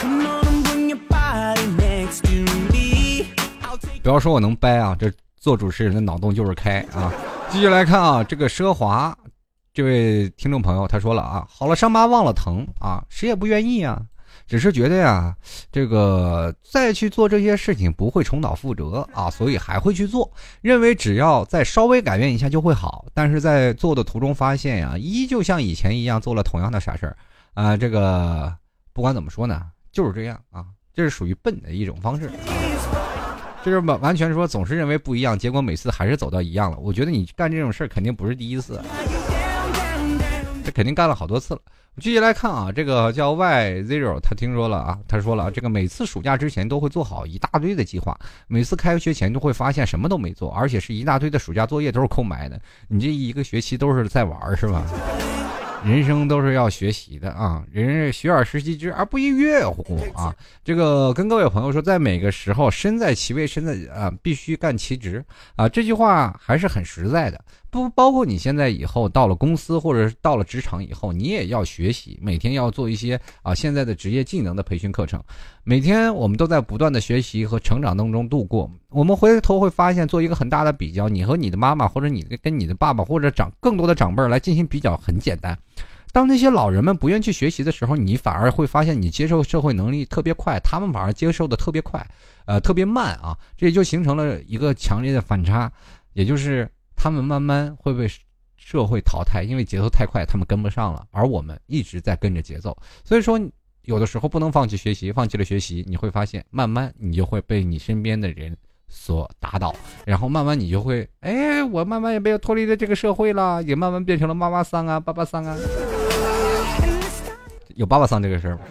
不要说我能掰啊，这做主持人的脑洞就是开啊！继续来看啊，这个奢华这位听众朋友他说了啊，好了伤疤忘了疼啊，谁也不愿意啊，只是觉得呀，这个再去做这些事情不会重蹈覆辙啊，所以还会去做，认为只要再稍微改变一下就会好。但是在做的途中发现呀，依旧像以前一样做了同样的傻事儿啊。这个不管怎么说呢，就是这样啊，这是属于笨的一种方式啊。就是完完全说总是认为不一样，结果每次还是走到一样了。我觉得你干这种事儿肯定不是第一次，这肯定干了好多次了。继续来看啊，这个叫 Y Zero， 他听说了啊，他说了，这个每次暑假之前都会做好一大堆的计划，每次开学前都会发现什么都没做，而且是一大堆的暑假作业都是空白的。你这一个学期都是在玩是吧？人生都是要学习的啊，人学而时习之而不亦乐乎啊。这个跟各位朋友说，在每个时候身在其位，身在啊必须干其职啊，这句话还是很实在的。不包括你现在以后到了公司或者到了职场以后，你也要学习，每天要做一些啊现在的职业技能的培训课程。每天我们都在不断的学习和成长当中度过。我们回头会发现，做一个很大的比较，你和你的妈妈或者你跟你的爸爸或者长更多的长辈来进行比较很简单。当那些老人们不愿去学习的时候，你反而会发现你接受社会能力特别快，他们反而接受的特别快，呃，特别慢啊，这也就形成了一个强烈的反差，也就是他们慢慢会被社会淘汰，因为节奏太快，他们跟不上了，而我们一直在跟着节奏。所以说，有的时候不能放弃学习，放弃了学习，你会发现，慢慢你就会被你身边的人所打倒，然后慢慢你就会，哎，我慢慢也被脱离了这个社会了，也慢慢变成了妈妈桑啊，爸爸桑啊。有爸爸桑这个事儿吗？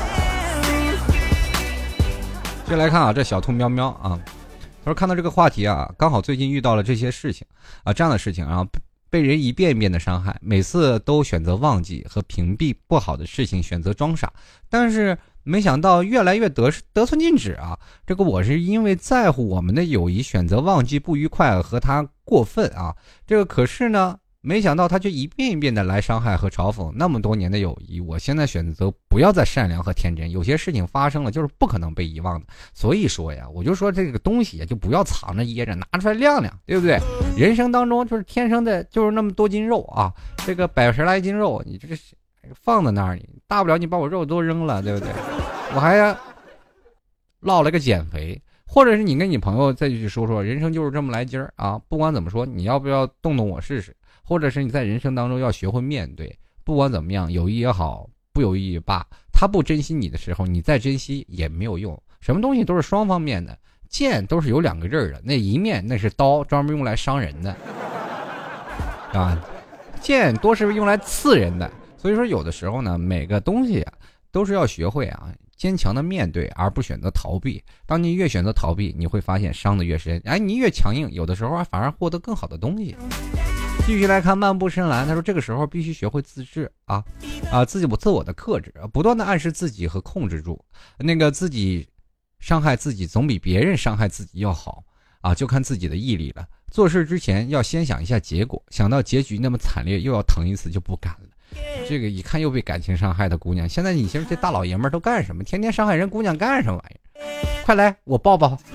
就来看啊，这小兔喵喵啊，他说看到这个话题啊，刚好最近遇到了这些事情啊，这样的事情，然后被人一遍一遍的伤害，每次都选择忘记和屏蔽不好的事情，选择装傻，但是没想到越来越得得寸进尺啊！这个我是因为在乎我们的友谊，选择忘记不愉快和他过分啊。这个可是呢，没想到他却一遍一遍的来伤害和嘲讽那么多年的友谊。我现在选择不要再善良和天真，有些事情发生了就是不可能被遗忘的。所以说呀，我就说这个东西就不要藏着掖着，拿出来亮亮，对不对？人生当中就是天生的就是那么多斤肉啊，这个百十来斤肉，你这是放在那儿，你大不了你把我肉都扔了，对不对？我还落了个减肥，或者是你跟你朋友再去说说，人生就是这么来劲儿啊！不管怎么说，你要不要动动我试试？或者是你在人生当中要学会面对，不管怎么样，友谊也好，不友谊也罢，他不珍惜你的时候，你再珍惜也没有用。什么东西都是双方面的，剑都是有两个刃的，那一面那是刀，专门用来伤人的啊，剑多是用来刺人的。所以说，有的时候呢，每个东西啊，都是要学会啊，坚强的面对，而不选择逃避。当你越选择逃避，你会发现伤得越深。哎，你越强硬，有的时候反而获得更好的东西。继续来看漫步深蓝，他说这个时候必须学会自制啊啊，自己我自我的克制，不断的暗示自己和控制住那个自己，伤害自己总比别人伤害自己要好啊，就看自己的毅力了。做事之前要先想一下结果，想到结局那么惨烈，又要疼一次就不敢了。这个一看又被感情伤害的姑娘，现在你说这大老爷们儿都干什么？天天伤害人姑娘干什么玩意儿？快来我抱抱。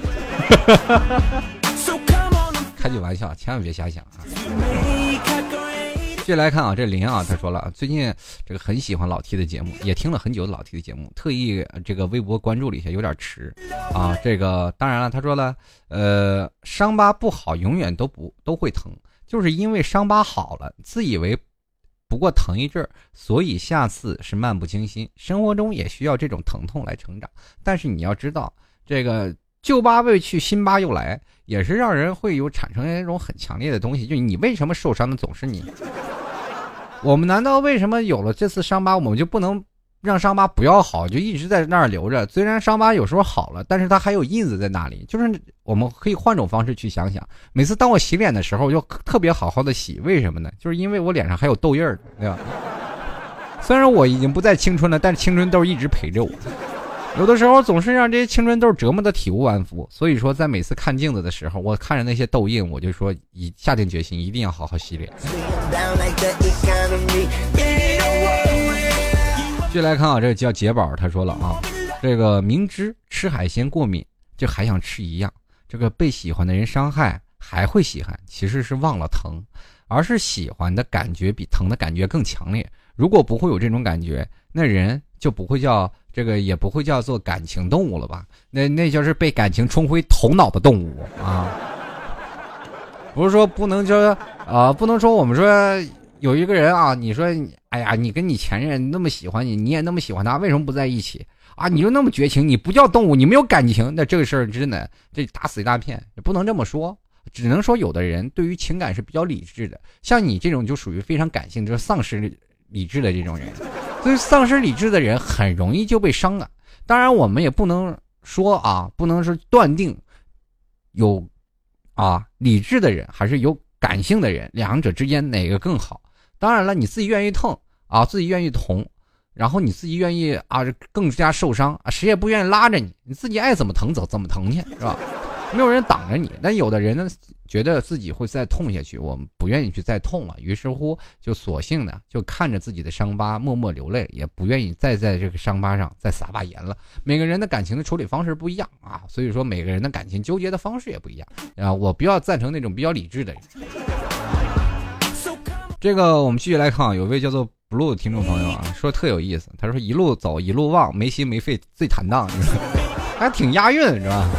开句玩笑，千万别瞎想啊。接来看啊，这林啊，他说了，最近这个很喜欢老 T 的节目，也听了很久的老 T 的节目，特意这个微博关注了一下，有点迟啊。这个当然了，他说了，呃，伤疤不好，永远都不都会疼，就是因为伤疤好了，自以为不过疼一阵儿，所以下次是漫不经心。生活中也需要这种疼痛来成长，但是你要知道，这个旧疤未去，新疤又来，也是让人会有产生一种很强烈的东西，就你为什么受伤的总是你？我们难道为什么有了这次伤疤，我们就不能让伤疤不要好，就一直在那儿留着？虽然伤疤有时候好了，但是它还有印子在那里。就是我们可以换种方式去想想，每次当我洗脸的时候，我就特别好好的洗，为什么呢？就是因为我脸上还有痘印儿，对吧？虽然我已经不再青春了，但是青春痘一直陪着我。有的时候总是让这些青春痘折磨的体无完肤，所以说在每次看镜子的时候，我看着那些痘印，我就说以下定决心一定要好好洗脸。继续来看啊，这个叫杰宝，他说了啊，这个明知吃海鲜过敏，就还想吃一样，这个被喜欢的人伤害， 还会稀罕，其实是忘了疼，而是喜欢的感觉比疼的感觉更强烈。如果不会有这种感觉，那人就不会叫这个，也不会叫做感情动物了吧？那那就是被感情冲昏头脑的动物啊！不是说不能说啊、呃，不能说我们说有一个人啊，你说哎呀，你跟你前任那么喜欢你，你也那么喜欢他，为什么不在一起啊？你就那么绝情，你不叫动物，你没有感情，那这个事儿真的这打死一大片，不能这么说。只能说有的人对于情感是比较理智的，像你这种就属于非常感性，就是丧失理智的这种人。所以丧失理智的人很容易就被伤了。当然我们也不能说啊，不能是断定有啊理智的人还是有感性的人，两者之间哪个更好。当然了，你自己愿意疼啊，自己愿意痛，然后你自己愿意啊更加受伤啊，谁也不愿意拉着你，你自己爱怎么疼走怎么疼去，是吧？没有人挡着你。但有的人呢，觉得自己会再痛下去，我们不愿意去再痛了，于是乎就索性的就看着自己的伤疤默默流泪，也不愿意再在这个伤疤上再撒把盐了。每个人的感情的处理方式不一样啊，所以说每个人的感情纠结的方式也不一样啊。我比较赞成那种比较理智的人。这个我们继续来看，有位叫做 Blue 的听众朋友啊，说特有意思，他说一路走一路忘，没心没肺最坦荡，还挺押韵是吧？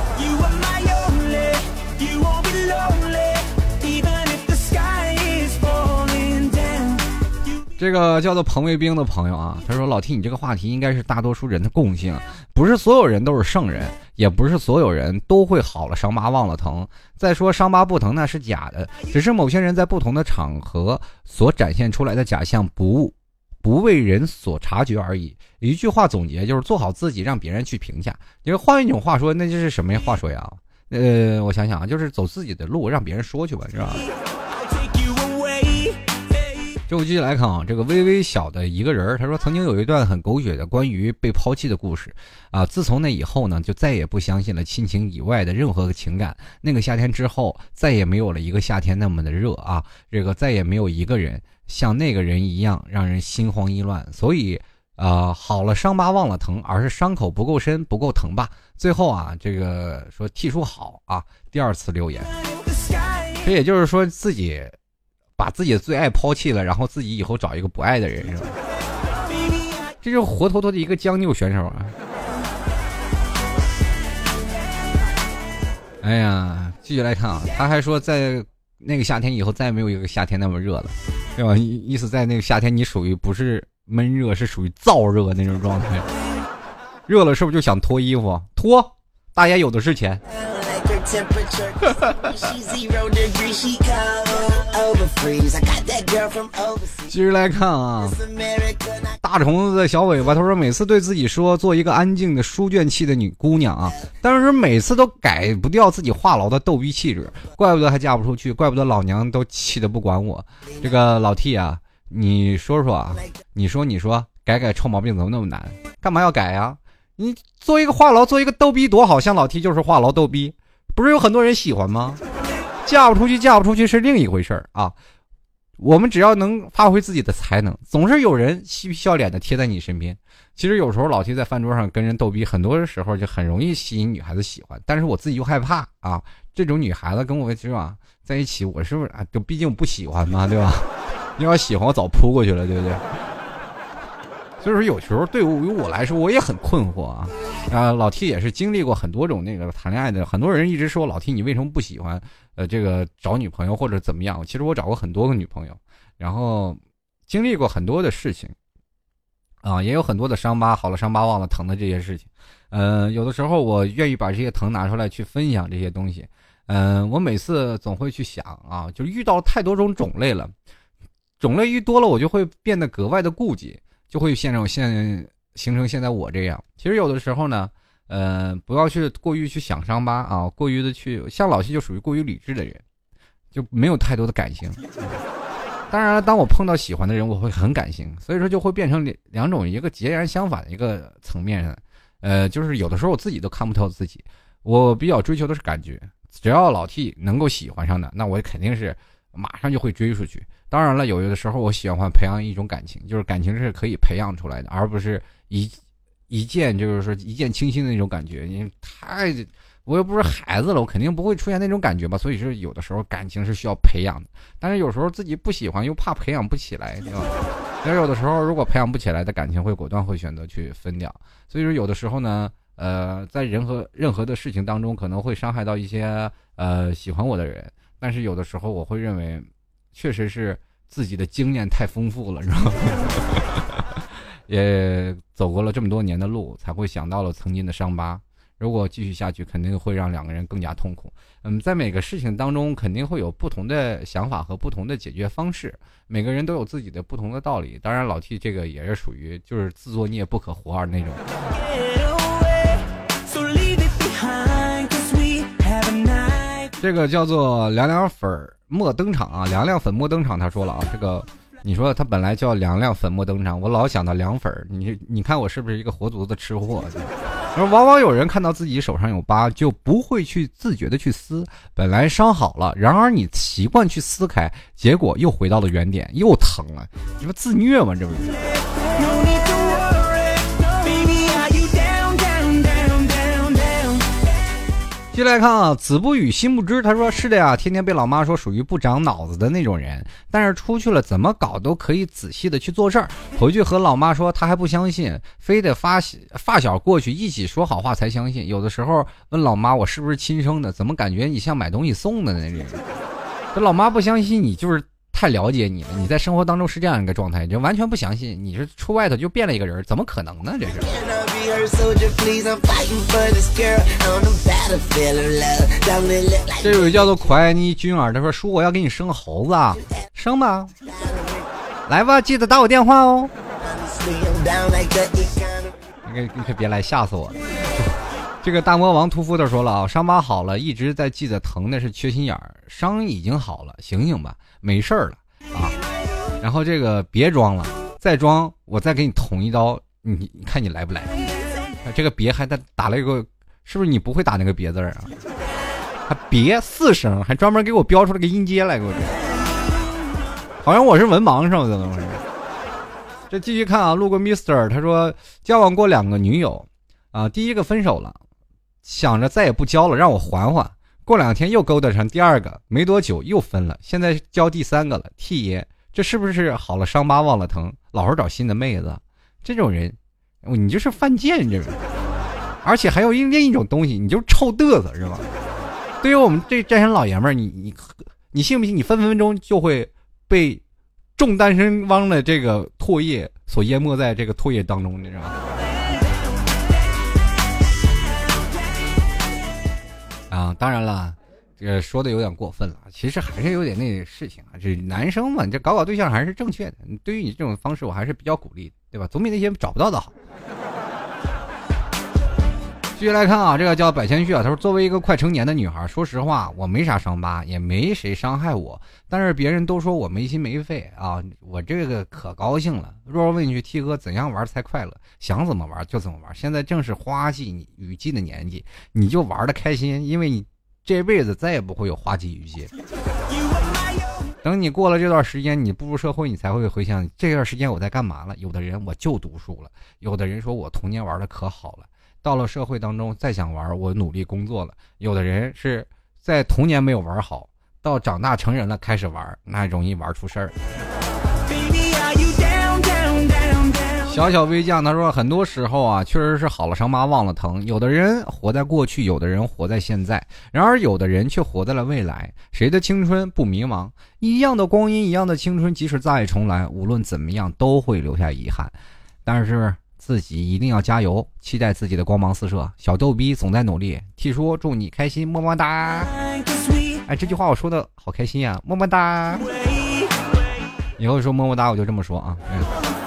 这个叫做彭卫兵的朋友啊，他说老 T 你这个话题应该是大多数人的共性，不是所有人都是圣人，也不是所有人都会好了伤疤忘了疼。再说伤疤不疼那是假的，只是某些人在不同的场合所展现出来的假象不不为人所察觉而已。一句话总结就是做好自己，让别人去评价。因为换一种话说，那就是什么话说呀？呃，我想想啊，就是走自己的路，让别人说去吧，是吧？就我继续来看啊，这个微微小的一个人，他说曾经有一段很狗血的关于被抛弃的故事啊。自从那以后呢，就再也不相信了亲情以外的任何情感。那个夏天之后，再也没有了一个夏天那么的热啊，这个再也没有一个人像那个人一样让人心慌意乱。所以呃，好了伤疤忘了疼，而是伤口不够深不够疼吧。最后啊，这个说T叔好啊，第二次留言，这也就是说自己把自己的最爱抛弃了，然后自己以后找一个不爱的人，是吧？这就是活脱脱的一个将就选手啊！哎呀，继续来看啊，他还说在那个夏天以后再也没有一个夏天那么热了，对吧？意思在那个夏天你属于不是闷热，是属于燥热那种状态。热了是不是就想脱衣服？脱，大爷有的是钱。继续来看啊，大虫子的小尾巴，他说每次对自己说做一个安静的书卷气的女姑娘啊，但是每次都改不掉自己话痨的逗逼气质，怪不得还嫁不出去，怪不得老娘都气得不管我。这个老 T 啊，你说说啊，你说你说改改臭毛病怎么那么难？干嘛要改啊？你做一个话痨，做一个逗逼多好，像老 T 就是话痨逗逼，不是有很多人喜欢吗？嫁不出去嫁不出去是另一回事儿啊。我们只要能发挥自己的才能，总是有人嬉皮笑脸的贴在你身边。其实有时候老 T 在饭桌上跟人逗逼，很多时候就很容易吸引女孩子喜欢，但是我自己又害怕啊，这种女孩子跟我是吧在一起，我是不是啊？就毕竟不喜欢嘛，对吧？你要喜欢我早扑过去了，对不对？所以说有时候对于我来说我也很困惑啊。啊，老 T 也是经历过很多种那个谈恋爱的，很多人一直说老 T 你为什么不喜欢呃这个找女朋友或者怎么样？其实我找过很多个女朋友，然后经历过很多的事情啊，也有很多的伤疤，好了伤疤忘了疼的这些事情。呃，有的时候我愿意把这些疼拿出来去分享这些东西。嗯、呃，我每次总会去想啊，就遇到太多种种类了，种类一多了，我就会变得格外的顾忌。就会现成现形成现在我这样。其实有的时候呢，呃，不要去过于去想伤疤啊，过于的去像老 T 就属于过于理智的人，就没有太多的感性。当然了，当我碰到喜欢的人，我会很感性，所以说就会变成两种一个截然相反的一个层面上。呃，就是有的时候我自己都看不透自己，我比较追求的是感觉，只要老 T 能够喜欢上的，那我肯定是马上就会追出去。当然了，有的时候我喜欢培养一种感情，就是感情是可以培养出来的，而不是一一见就是说一见倾心的那种感觉，你太，我又不是孩子了，我肯定不会出现那种感觉吧。所以说有的时候感情是需要培养的，但是有时候自己不喜欢又怕培养不起来，对吧？因为有的时候如果培养不起来的感情会果断会选择去分掉。所以说有的时候呢，呃，在任何任何的事情当中可能会伤害到一些呃喜欢我的人，但是有的时候我会认为，确实是自己的经验太丰富了，知道吗？也走过了这么多年的路，才会想到了曾经的伤疤。如果继续下去，肯定会让两个人更加痛苦。嗯，在每个事情当中，肯定会有不同的想法和不同的解决方式。每个人都有自己的不同的道理。当然，老 T 这个也是属于就是自作孽不可活儿那种。这个叫做凉凉粉末登场啊，凉凉粉末登场。他说了啊，这个。你说他本来叫凉凉粉末登场，我老想到凉粉，你你看我是不是一个活犊子吃货？而往往有人看到自己手上有疤，就不会去自觉的去撕，本来伤好了，然而你习惯去撕开，结果又回到了原点，又疼了，你说自虐吗？这不是？接来看啊，子不语心不知。他说是的呀，天天被老妈说属于不长脑子的那种人，但是出去了怎么搞都可以仔细的去做事儿。回去和老妈说，他还不相信，非得发发小过去一起说好话才相信。有的时候问老妈我是不是亲生的，怎么感觉你像买东西送的那种。这老妈不相信你，就是太了解你了，你在生活当中是这样一个状态，就完全不相信你是出外头就变了一个人，怎么可能呢？这是。这有叫做可爱妮君儿，他说叔我要给你生个猴子啊，生吧，来吧，记得打我电话哦。你可你可别来吓死我了。这个大魔王屠夫的说了啊，伤疤好了，一直在记得疼的是缺心眼儿，伤已经好了，醒醒吧，没事儿了啊。然后这个别装了，再装我再给你捅一刀，你你看你来不来？这个别还打打了一个，是不是你不会打那个别字啊？还别四声，还专门给我标出了个音阶来，给我，好像我是文盲是吧？怎么回事？这继续看啊，路过 Mister 他说交往过两个女友啊，第一个分手了，想着再也不交了，让我缓缓。过两天又勾搭上第二个，没多久又分了，现在交第三个了。T 爷，这是不是好了伤疤忘了疼，老是找新的妹子？这种人，你就是犯贱，这个，而且还有另一种东西，你就是臭嘚瑟，是吧？对于我们这战神老爷们儿，你你你信不信？你分分钟就会被众单身汪的这个唾液所淹没在这个唾液当中，你知道吗？啊，当然了，这个说的有点过分了，其实还是有点那事情啊。这男生嘛，这搞搞对象还是正确的。对于你这种方式，我还是比较鼓励的，对吧？总比那些找不到的好。继续来看啊，这个叫百千旭啊，他说作为一个快成年的女孩，说实话，我没啥伤疤，也没谁伤害我，但是别人都说我没心没肺啊，我这个可高兴了。若若问你去 T 哥怎样玩才快乐，想怎么玩就怎么玩。现在正是花季雨季的年纪，你就玩得开心，因为你这辈子再也不会有花季雨季。等你过了这段时间，你步入社会，你才会回想这段时间我在干嘛了。有的人我就读书了，有的人说我童年玩的可好了，到了社会当中再想玩，我努力工作了。有的人是在童年没有玩好，到长大成人了开始玩，那容易玩出事儿。小小微酱他说很多时候啊，确实是好了伤疤忘了疼，有的人活在过去，有的人活在现在，然而有的人却活在了未来。谁的青春不迷茫？一样的光阴，一样的青春，即使再重来，无论怎么样都会留下遗憾，但是自己一定要加油，期待自己的光芒四射。小逗逼总在努力，T叔祝你开心，么么哒。哎，这句话我说的好开心啊，么么哒。以后说么么哒我就这么说啊。嗯，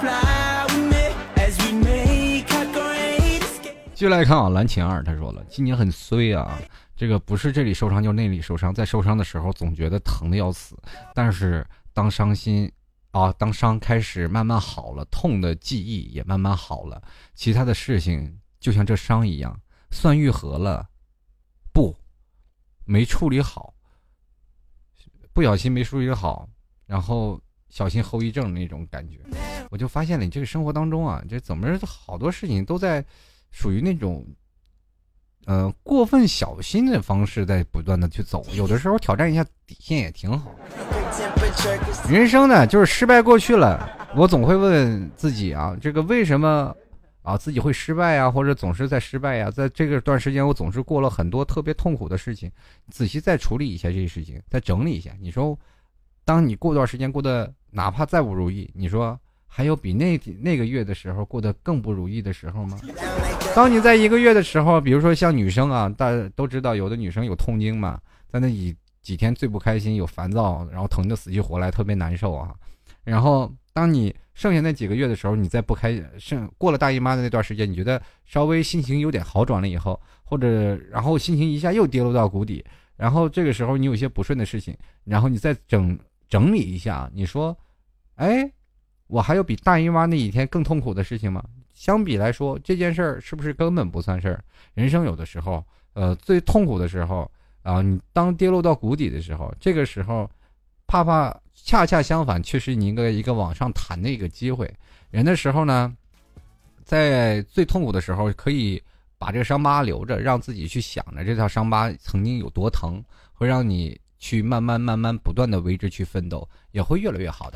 继续来看啊，蓝晴儿他说了，今年很衰啊，这个不是这里受伤就是那里受伤，在受伤的时候总觉得疼的要死，但是当伤心啊，当伤开始慢慢好了，痛的记忆也慢慢好了，其他的事情就像这伤一样，算愈合了，不，没处理好，不小心没处理好，然后小心后遗症那种感觉。 我就发现了你这个生活当中啊，这怎么好多事情都在属于那种呃过分小心的方式在不断的去走，有的时候挑战一下底线也挺好。人生呢就是失败过去了，我总会问自己啊，这个为什么啊自己会失败啊，或者总是在失败啊，在这个段时间我总是过了很多特别痛苦的事情，仔细再处理一下这些事情，再整理一下，你说当你过段时间过得哪怕再不如意，你说还有比那那个月的时候过得更不如意的时候吗？当你在一个月的时候，比如说像女生啊，大家都知道有的女生有痛经嘛，在那几几天最不开心，有烦躁，然后疼得死去活来，特别难受啊。然后当你剩下那几个月的时候，你再不开剩过了大姨妈的那段时间，你觉得稍微心情有点好转了以后，或者然后心情一下又跌落到谷底，然后这个时候你有些不顺的事情，然后你再整整理一下，你说哎我还有比大姨妈那一天更痛苦的事情吗？相比来说，这件事儿是不是根本不算事儿？人生有的时候呃最痛苦的时候啊，你当跌落到谷底的时候，这个时候怕怕恰恰相反，却是你一个一个往上弹的一个机会。人的时候呢，在最痛苦的时候可以把这个伤疤留着，让自己去想着这条伤疤曾经有多疼，会让你去慢慢慢慢不断的为之去奋斗，也会越来越好的。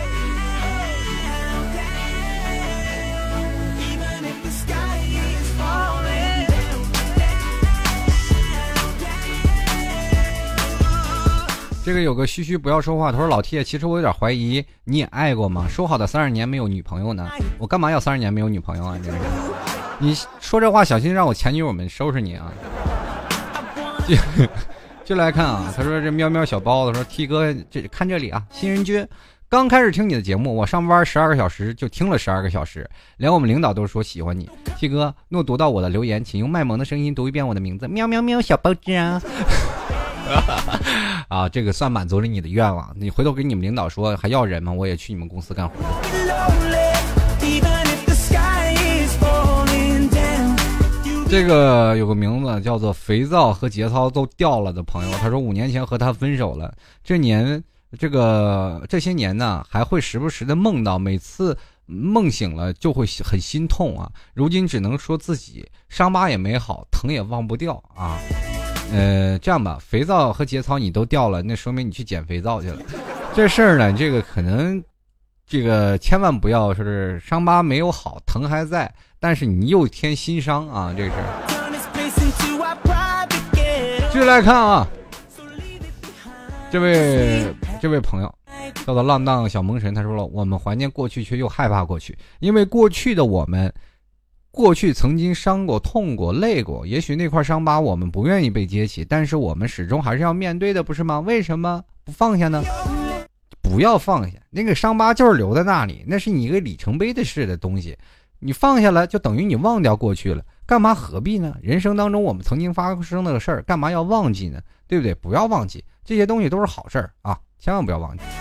这个有个嘘嘘不要说话，他说老 T， 其实我有点怀疑你也爱过吗？说好的三十年没有女朋友呢？我干嘛要三十年没有女朋友啊？这是你说这话小心让我前女友们收拾你啊！就就来看啊，他说这喵喵小包子说 T 哥这看这里啊，新人君刚开始听你的节目，我上班十二个小时就听了十二个小时，连我们领导都说喜欢你。T 哥诺读到我的留言，请用卖萌的声音读一遍我的名字，喵喵喵小包子啊！啊，这个算满足了你的愿望。你回头给你们领导说还要人吗？我也去你们公司干活。这个有个名字叫做肥皂和节操都掉了的朋友，他说五年前和他分手了，这年这个这些年呢还会时不时的梦到，每次梦醒了就会很心痛啊。如今只能说自己伤疤也没好，疼也忘不掉啊。呃，这样吧，肥皂和节操你都掉了，那说明你去捡肥皂去了。这事儿呢，这个可能，这个千万不要说是伤疤没有好，疼还在，但是你又添新伤啊，这个事儿。继续来看啊，这位这位朋友叫做浪荡小萌神，他说了，我们怀念过去，却又害怕过去，因为过去的我们。过去曾经伤过、痛过、累过，也许那块伤疤我们不愿意被揭起，但是我们始终还是要面对的，不是吗？为什么不放下呢？不要放下，那个伤疤就是留在那里，那是你一个里程碑的事的东西，你放下了就等于你忘掉过去了，干嘛何必呢？人生当中我们曾经发生的事儿，干嘛要忘记呢？对不对？不要忘记，这些东西都是好事儿啊，千万不要忘记。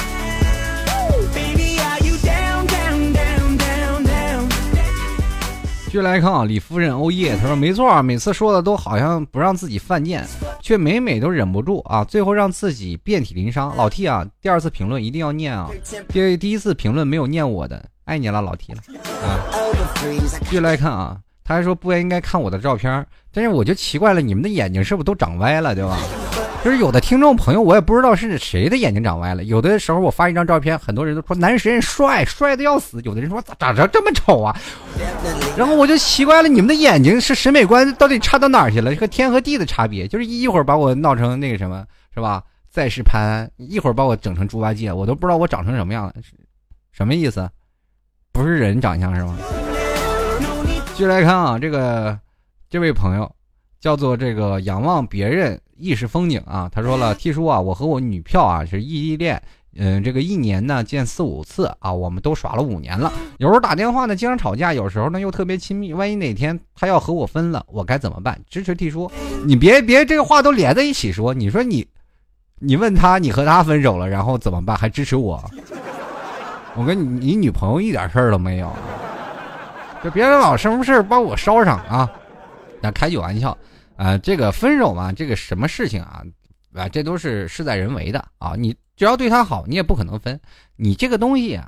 继续来看啊，李夫人欧耶，他说没错啊，每次说的都好像不让自己犯贱，却每每都忍不住啊，最后让自己遍体鳞伤。老 T 啊，第二次评论一定要念啊，第第一次评论没有念我的，爱你了老 T 了啊。继续来看啊，他还说不应该看我的照片，但是我就奇怪了，你们的眼睛是不是都长歪了，对吧？就是有的听众朋友，我也不知道是谁的眼睛长歪了。有的时候我发一张照片，很多人都说男神帅，帅的要死。有的人说咋长成这么丑啊？然后我就奇怪了，你们的眼睛是审美观到底差到哪儿去了？和天和地的差别，就是一会儿把我闹成那个什么，是吧？再世潘安，一会儿把我整成猪八戒，我都不知道我长成什么样了，什么意思？不是人长相是吗？继续来看啊，这个这位朋友叫做这个仰望别人亦是风景啊，他说了 T 叔啊，我和我女票啊是异地恋，嗯，这个一年呢见四五次啊，我们都耍了五年了，有时候打电话呢经常吵架，有时候呢又特别亲密，万一哪天他要和我分了，我该怎么办？支持 T 叔，你别别这个话都连在一起说，你说你你问他你和他分手了，然后怎么办？还支持我？我跟你你女朋友一点事儿都没有，就别人老什么事把我烧上啊！那开句玩笑。啊、呃，这个分手嘛，这个什么事情啊，啊，这都是事在人为的啊。你只要对他好，你也不可能分。你这个东西啊，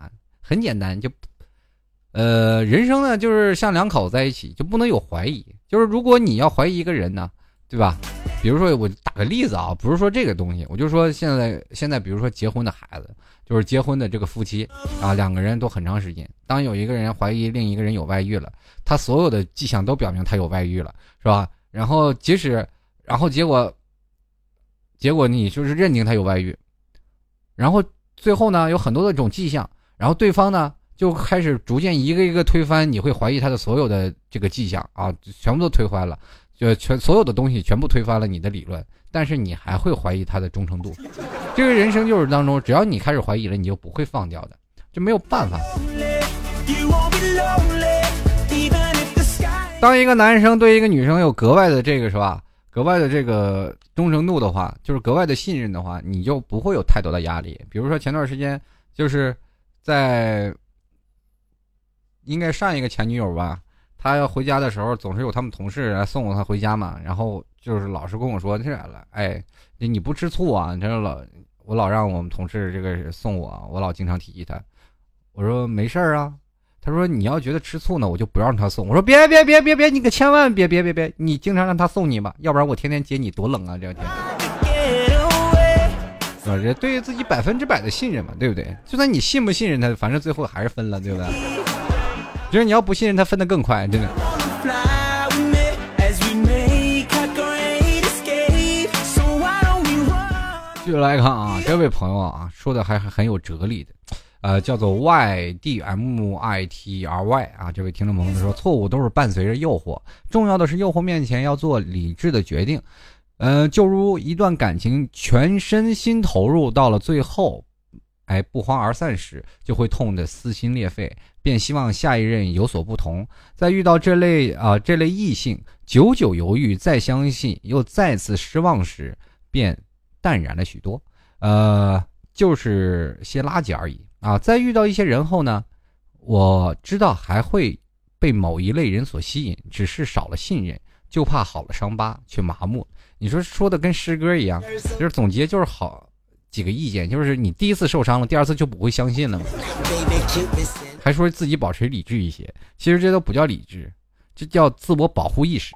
很简单，就呃，人生呢就是像两口子在一起，就不能有怀疑。就是如果你要怀疑一个人呢，对吧？比如说我打个例子啊，不是说这个东西，我就说现在现在比如说结婚的孩子，就是结婚的这个夫妻啊，两个人都很长时间，当有一个人怀疑另一个人有外遇了，他所有的迹象都表明他有外遇了，是吧？然后即使然后结果结果你就是认定他有外遇，然后最后呢有很多的这种迹象，然后对方呢就开始逐渐一个一个推翻，你会怀疑他的所有的这个迹象啊，全部都推翻了，就全所有的东西全部推翻了你的理论，但是你还会怀疑他的忠诚度。这个人生就是当中，只要你开始怀疑了，你就不会放掉的，就没有办法。当一个男生对一个女生有格外的这个是吧，格外的这个忠诚度的话，就是格外的信任的话，你就不会有太多的压力。比如说前段时间就是在应该上一个前女友吧，她要回家的时候总是有他们同事来送她回家嘛，然后就是老是跟我说，这哎你不吃醋啊，你这老我老让我们同事这个送我，我老经常提议他。我说没事啊，他说你要觉得吃醋呢，我就不让他送。我说别别别别别，你可千万别别别别，你经常让他送你吧，要不然我天天接你多冷啊，这天。啊，这对自己百分之百的信任嘛，对不对？就算你信不信任他，反正最后还是分了，对不对？就是你要不信任他，分得更快，真的。继续来看啊，这位朋友啊说的还很有哲理的，呃，叫做 Y D M I T R Y 啊，这位听众朋友说，错误都是伴随着诱惑，重要的是诱惑面前要做理智的决定。呃，就如一段感情全身心投入到了最后，哎，不欢而散时，就会痛得撕心裂肺，便希望下一任有所不同。在遇到这类啊、呃、这类异性，久久犹豫，再相信又再次失望时，便淡然了许多。呃，就是些垃圾而已啊。在遇到一些人后呢，我知道还会被某一类人所吸引，只是少了信任，就怕好了伤疤却麻木。你说说的跟诗歌一样，就是总结就是好几个意见，就是你第一次受伤了，第二次就不会相信了嘛。还说自己保持理智一些，其实这都不叫理智，这叫自我保护意识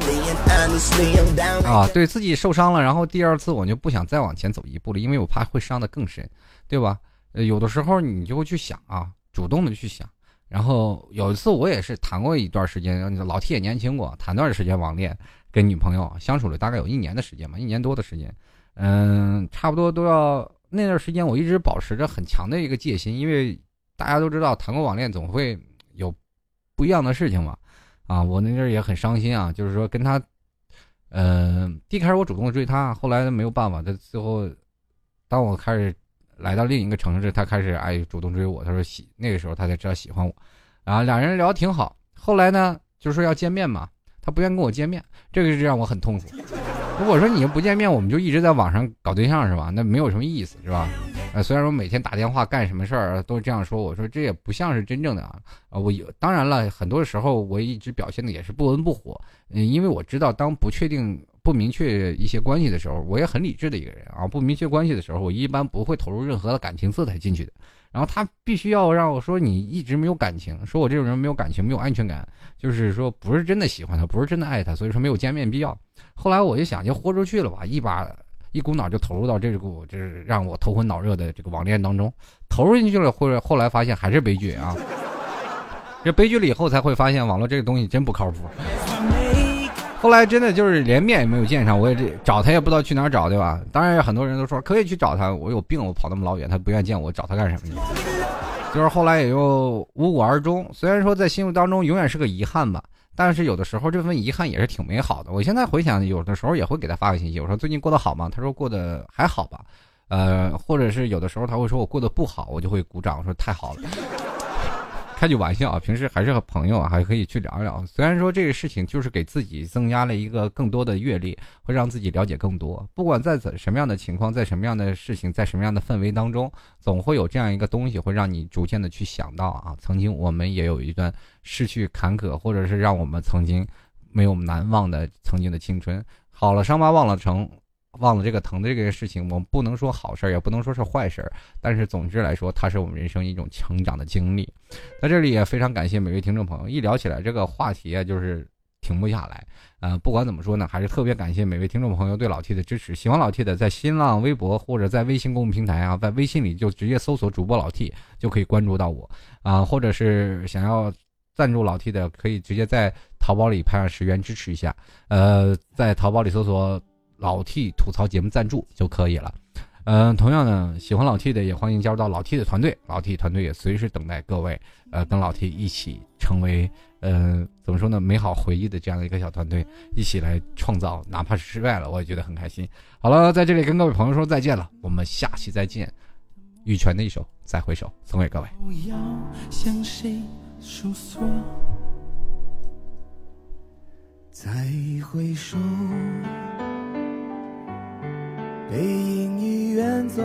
啊。对自己受伤了，然后第二次我就不想再往前走一步了，因为我怕会伤得更深，对吧？呃，有的时候你就会去想啊，主动的去想。然后有一次我也是谈过一段时间，老 T 也年轻过，谈段时间网恋，跟女朋友相处了大概有一年的时间嘛，一年多的时间，嗯，差不多都要那段时间，我一直保持着很强的一个戒心，因为大家都知道谈过网恋总会有不一样的事情嘛，啊，我那阵也很伤心啊，就是说跟他，呃，第一开始我主动追他，后来没有办法，他最后当我开始来到另一个城市，他开始哎主动追我，他说喜那个时候他才知道喜欢我，然后两人聊得挺好，后来呢就是说要见面嘛，他不愿跟我见面，这个是让我很痛苦。如果说你不见面，我们就一直在网上搞对象是吧？那没有什么意思是吧？呃，虽然说每天打电话干什么事儿都这样说，我说这也不像是真正的啊。啊，我有当然了，很多时候我一直表现的也是不温不火，嗯，因为我知道当不确定。不明确一些关系的时候，我也很理智的一个人啊。不明确关系的时候，我一般不会投入任何的感情色彩进去的。然后他必须要让我说你一直没有感情，说我这种人没有感情，没有安全感，就是说不是真的喜欢他，不是真的爱他，所以说没有见面必要。后来我就想，就豁出去了吧，一把一股脑就投入到这股就是让我头昏脑热的这个网恋当中，投入进去了，或者后来发现还是悲剧啊。这悲剧了以后才会发现网络这个东西真不靠谱。后来真的就是连面也没有见上，我也找他也不知道去哪儿找，对吧？当然很多人都说可以去找他，我有病，我跑那么老远，他不愿意见我，找他干什么呢？就是后来也就无果而终。虽然说在心目当中永远是个遗憾吧，但是有的时候这份遗憾也是挺美好的。我现在回想，有的时候也会给他发个信息，我说最近过得好吗？他说过得还好吧，呃，或者是有的时候他会说我过得不好，我就会鼓掌，我说太好了。开句玩笑啊，平时还是和朋友啊，还可以去聊聊。虽然说这个事情就是给自己增加了一个更多的阅历，会让自己了解更多。不管在什么样的情况，在什么样的事情，在什么样的氛围当中，总会有这样一个东西会让你逐渐的去想到啊，曾经我们也有一段失去坎坷，或者是让我们曾经没有难忘的曾经的青春。好了伤疤忘了疼， 忘了这个疼的这个事情，我们不能说好事，也不能说是坏事，但是总之来说，它是我们人生一种成长的经历。在这里也非常感谢每位听众朋友，一聊起来这个话题啊，就是停不下来。呃，不管怎么说呢，还是特别感谢每位听众朋友对老 T 的支持。喜欢老 T 的，在新浪微博或者在微信公众平台啊，在微信里就直接搜索主播老 T 就可以关注到我啊、呃，或者是想要赞助老 T 的，可以直接在淘宝里拍上十元支持一下。呃，在淘宝里搜索老 T 吐槽节目赞助就可以了。嗯、呃，同样呢，喜欢老 T 的也欢迎加入到老 T 的团队，老 T 团队也随时等待各位，呃，跟老 T 一起成为，呃，怎么说呢，美好回忆的这样的一个小团队，一起来创造，哪怕是失败了，我也觉得很开心。好了，在这里跟各位朋友说再见了，我们下期再见。羽泉的一首《再回首》送给各位。 不要向谁诉说，再回首，背影已远走，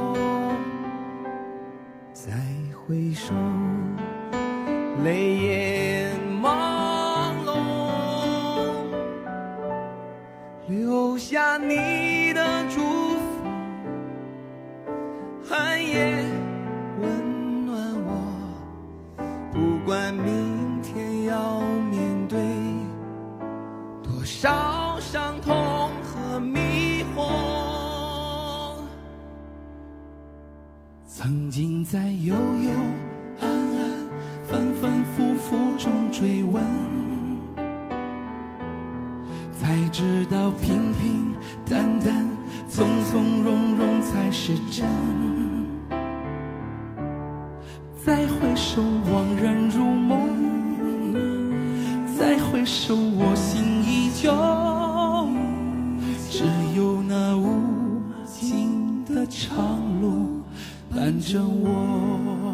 再回首，泪眼朦胧，留下你的祝福，寒夜温暖我，不管明天要面对多少伤痛和迷惑，曾经在悠悠暗暗反反复复中追问，才知道平平淡淡从从容容才是真，再回首惘然如梦，再回首我心依旧，只有那无尽的长路伴着我。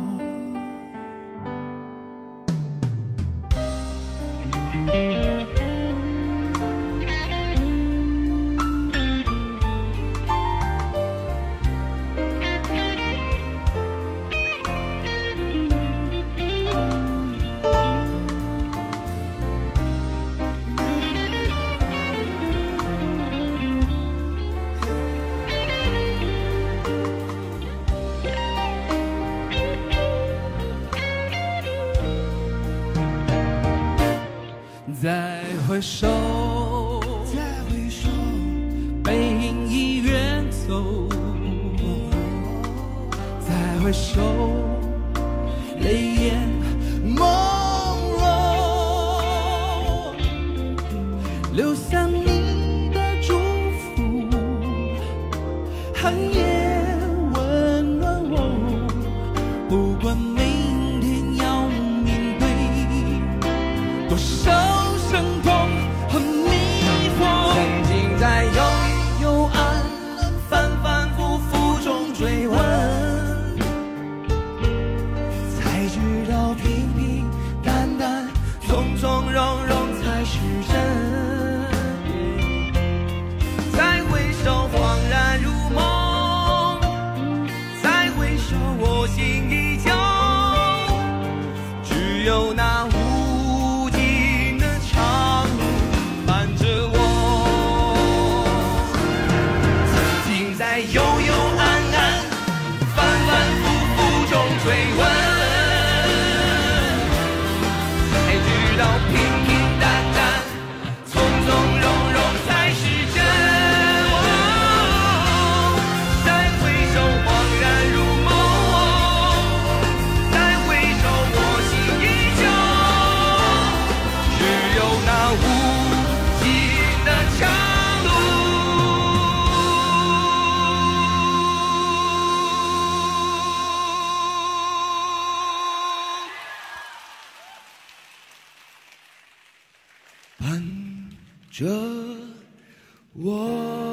再回首，再回首，背影已远走。再回首，泪眼朦胧，留下你的祝福，寒夜温暖我，不管明天要面对多少伤痛和迷惑，曾经在幽幽暗暗反反复复中追问，才知道平平淡淡从从容容才是真，再回首恍然如梦，再回首我心依旧，只有那无尽的长路伴着我，曾经在幽幽暗暗反反复复中追问，才知道平平淡淡从从容容才是真，再回首恍然如梦，再回首我心依旧，只有那无尽的长路伴着我。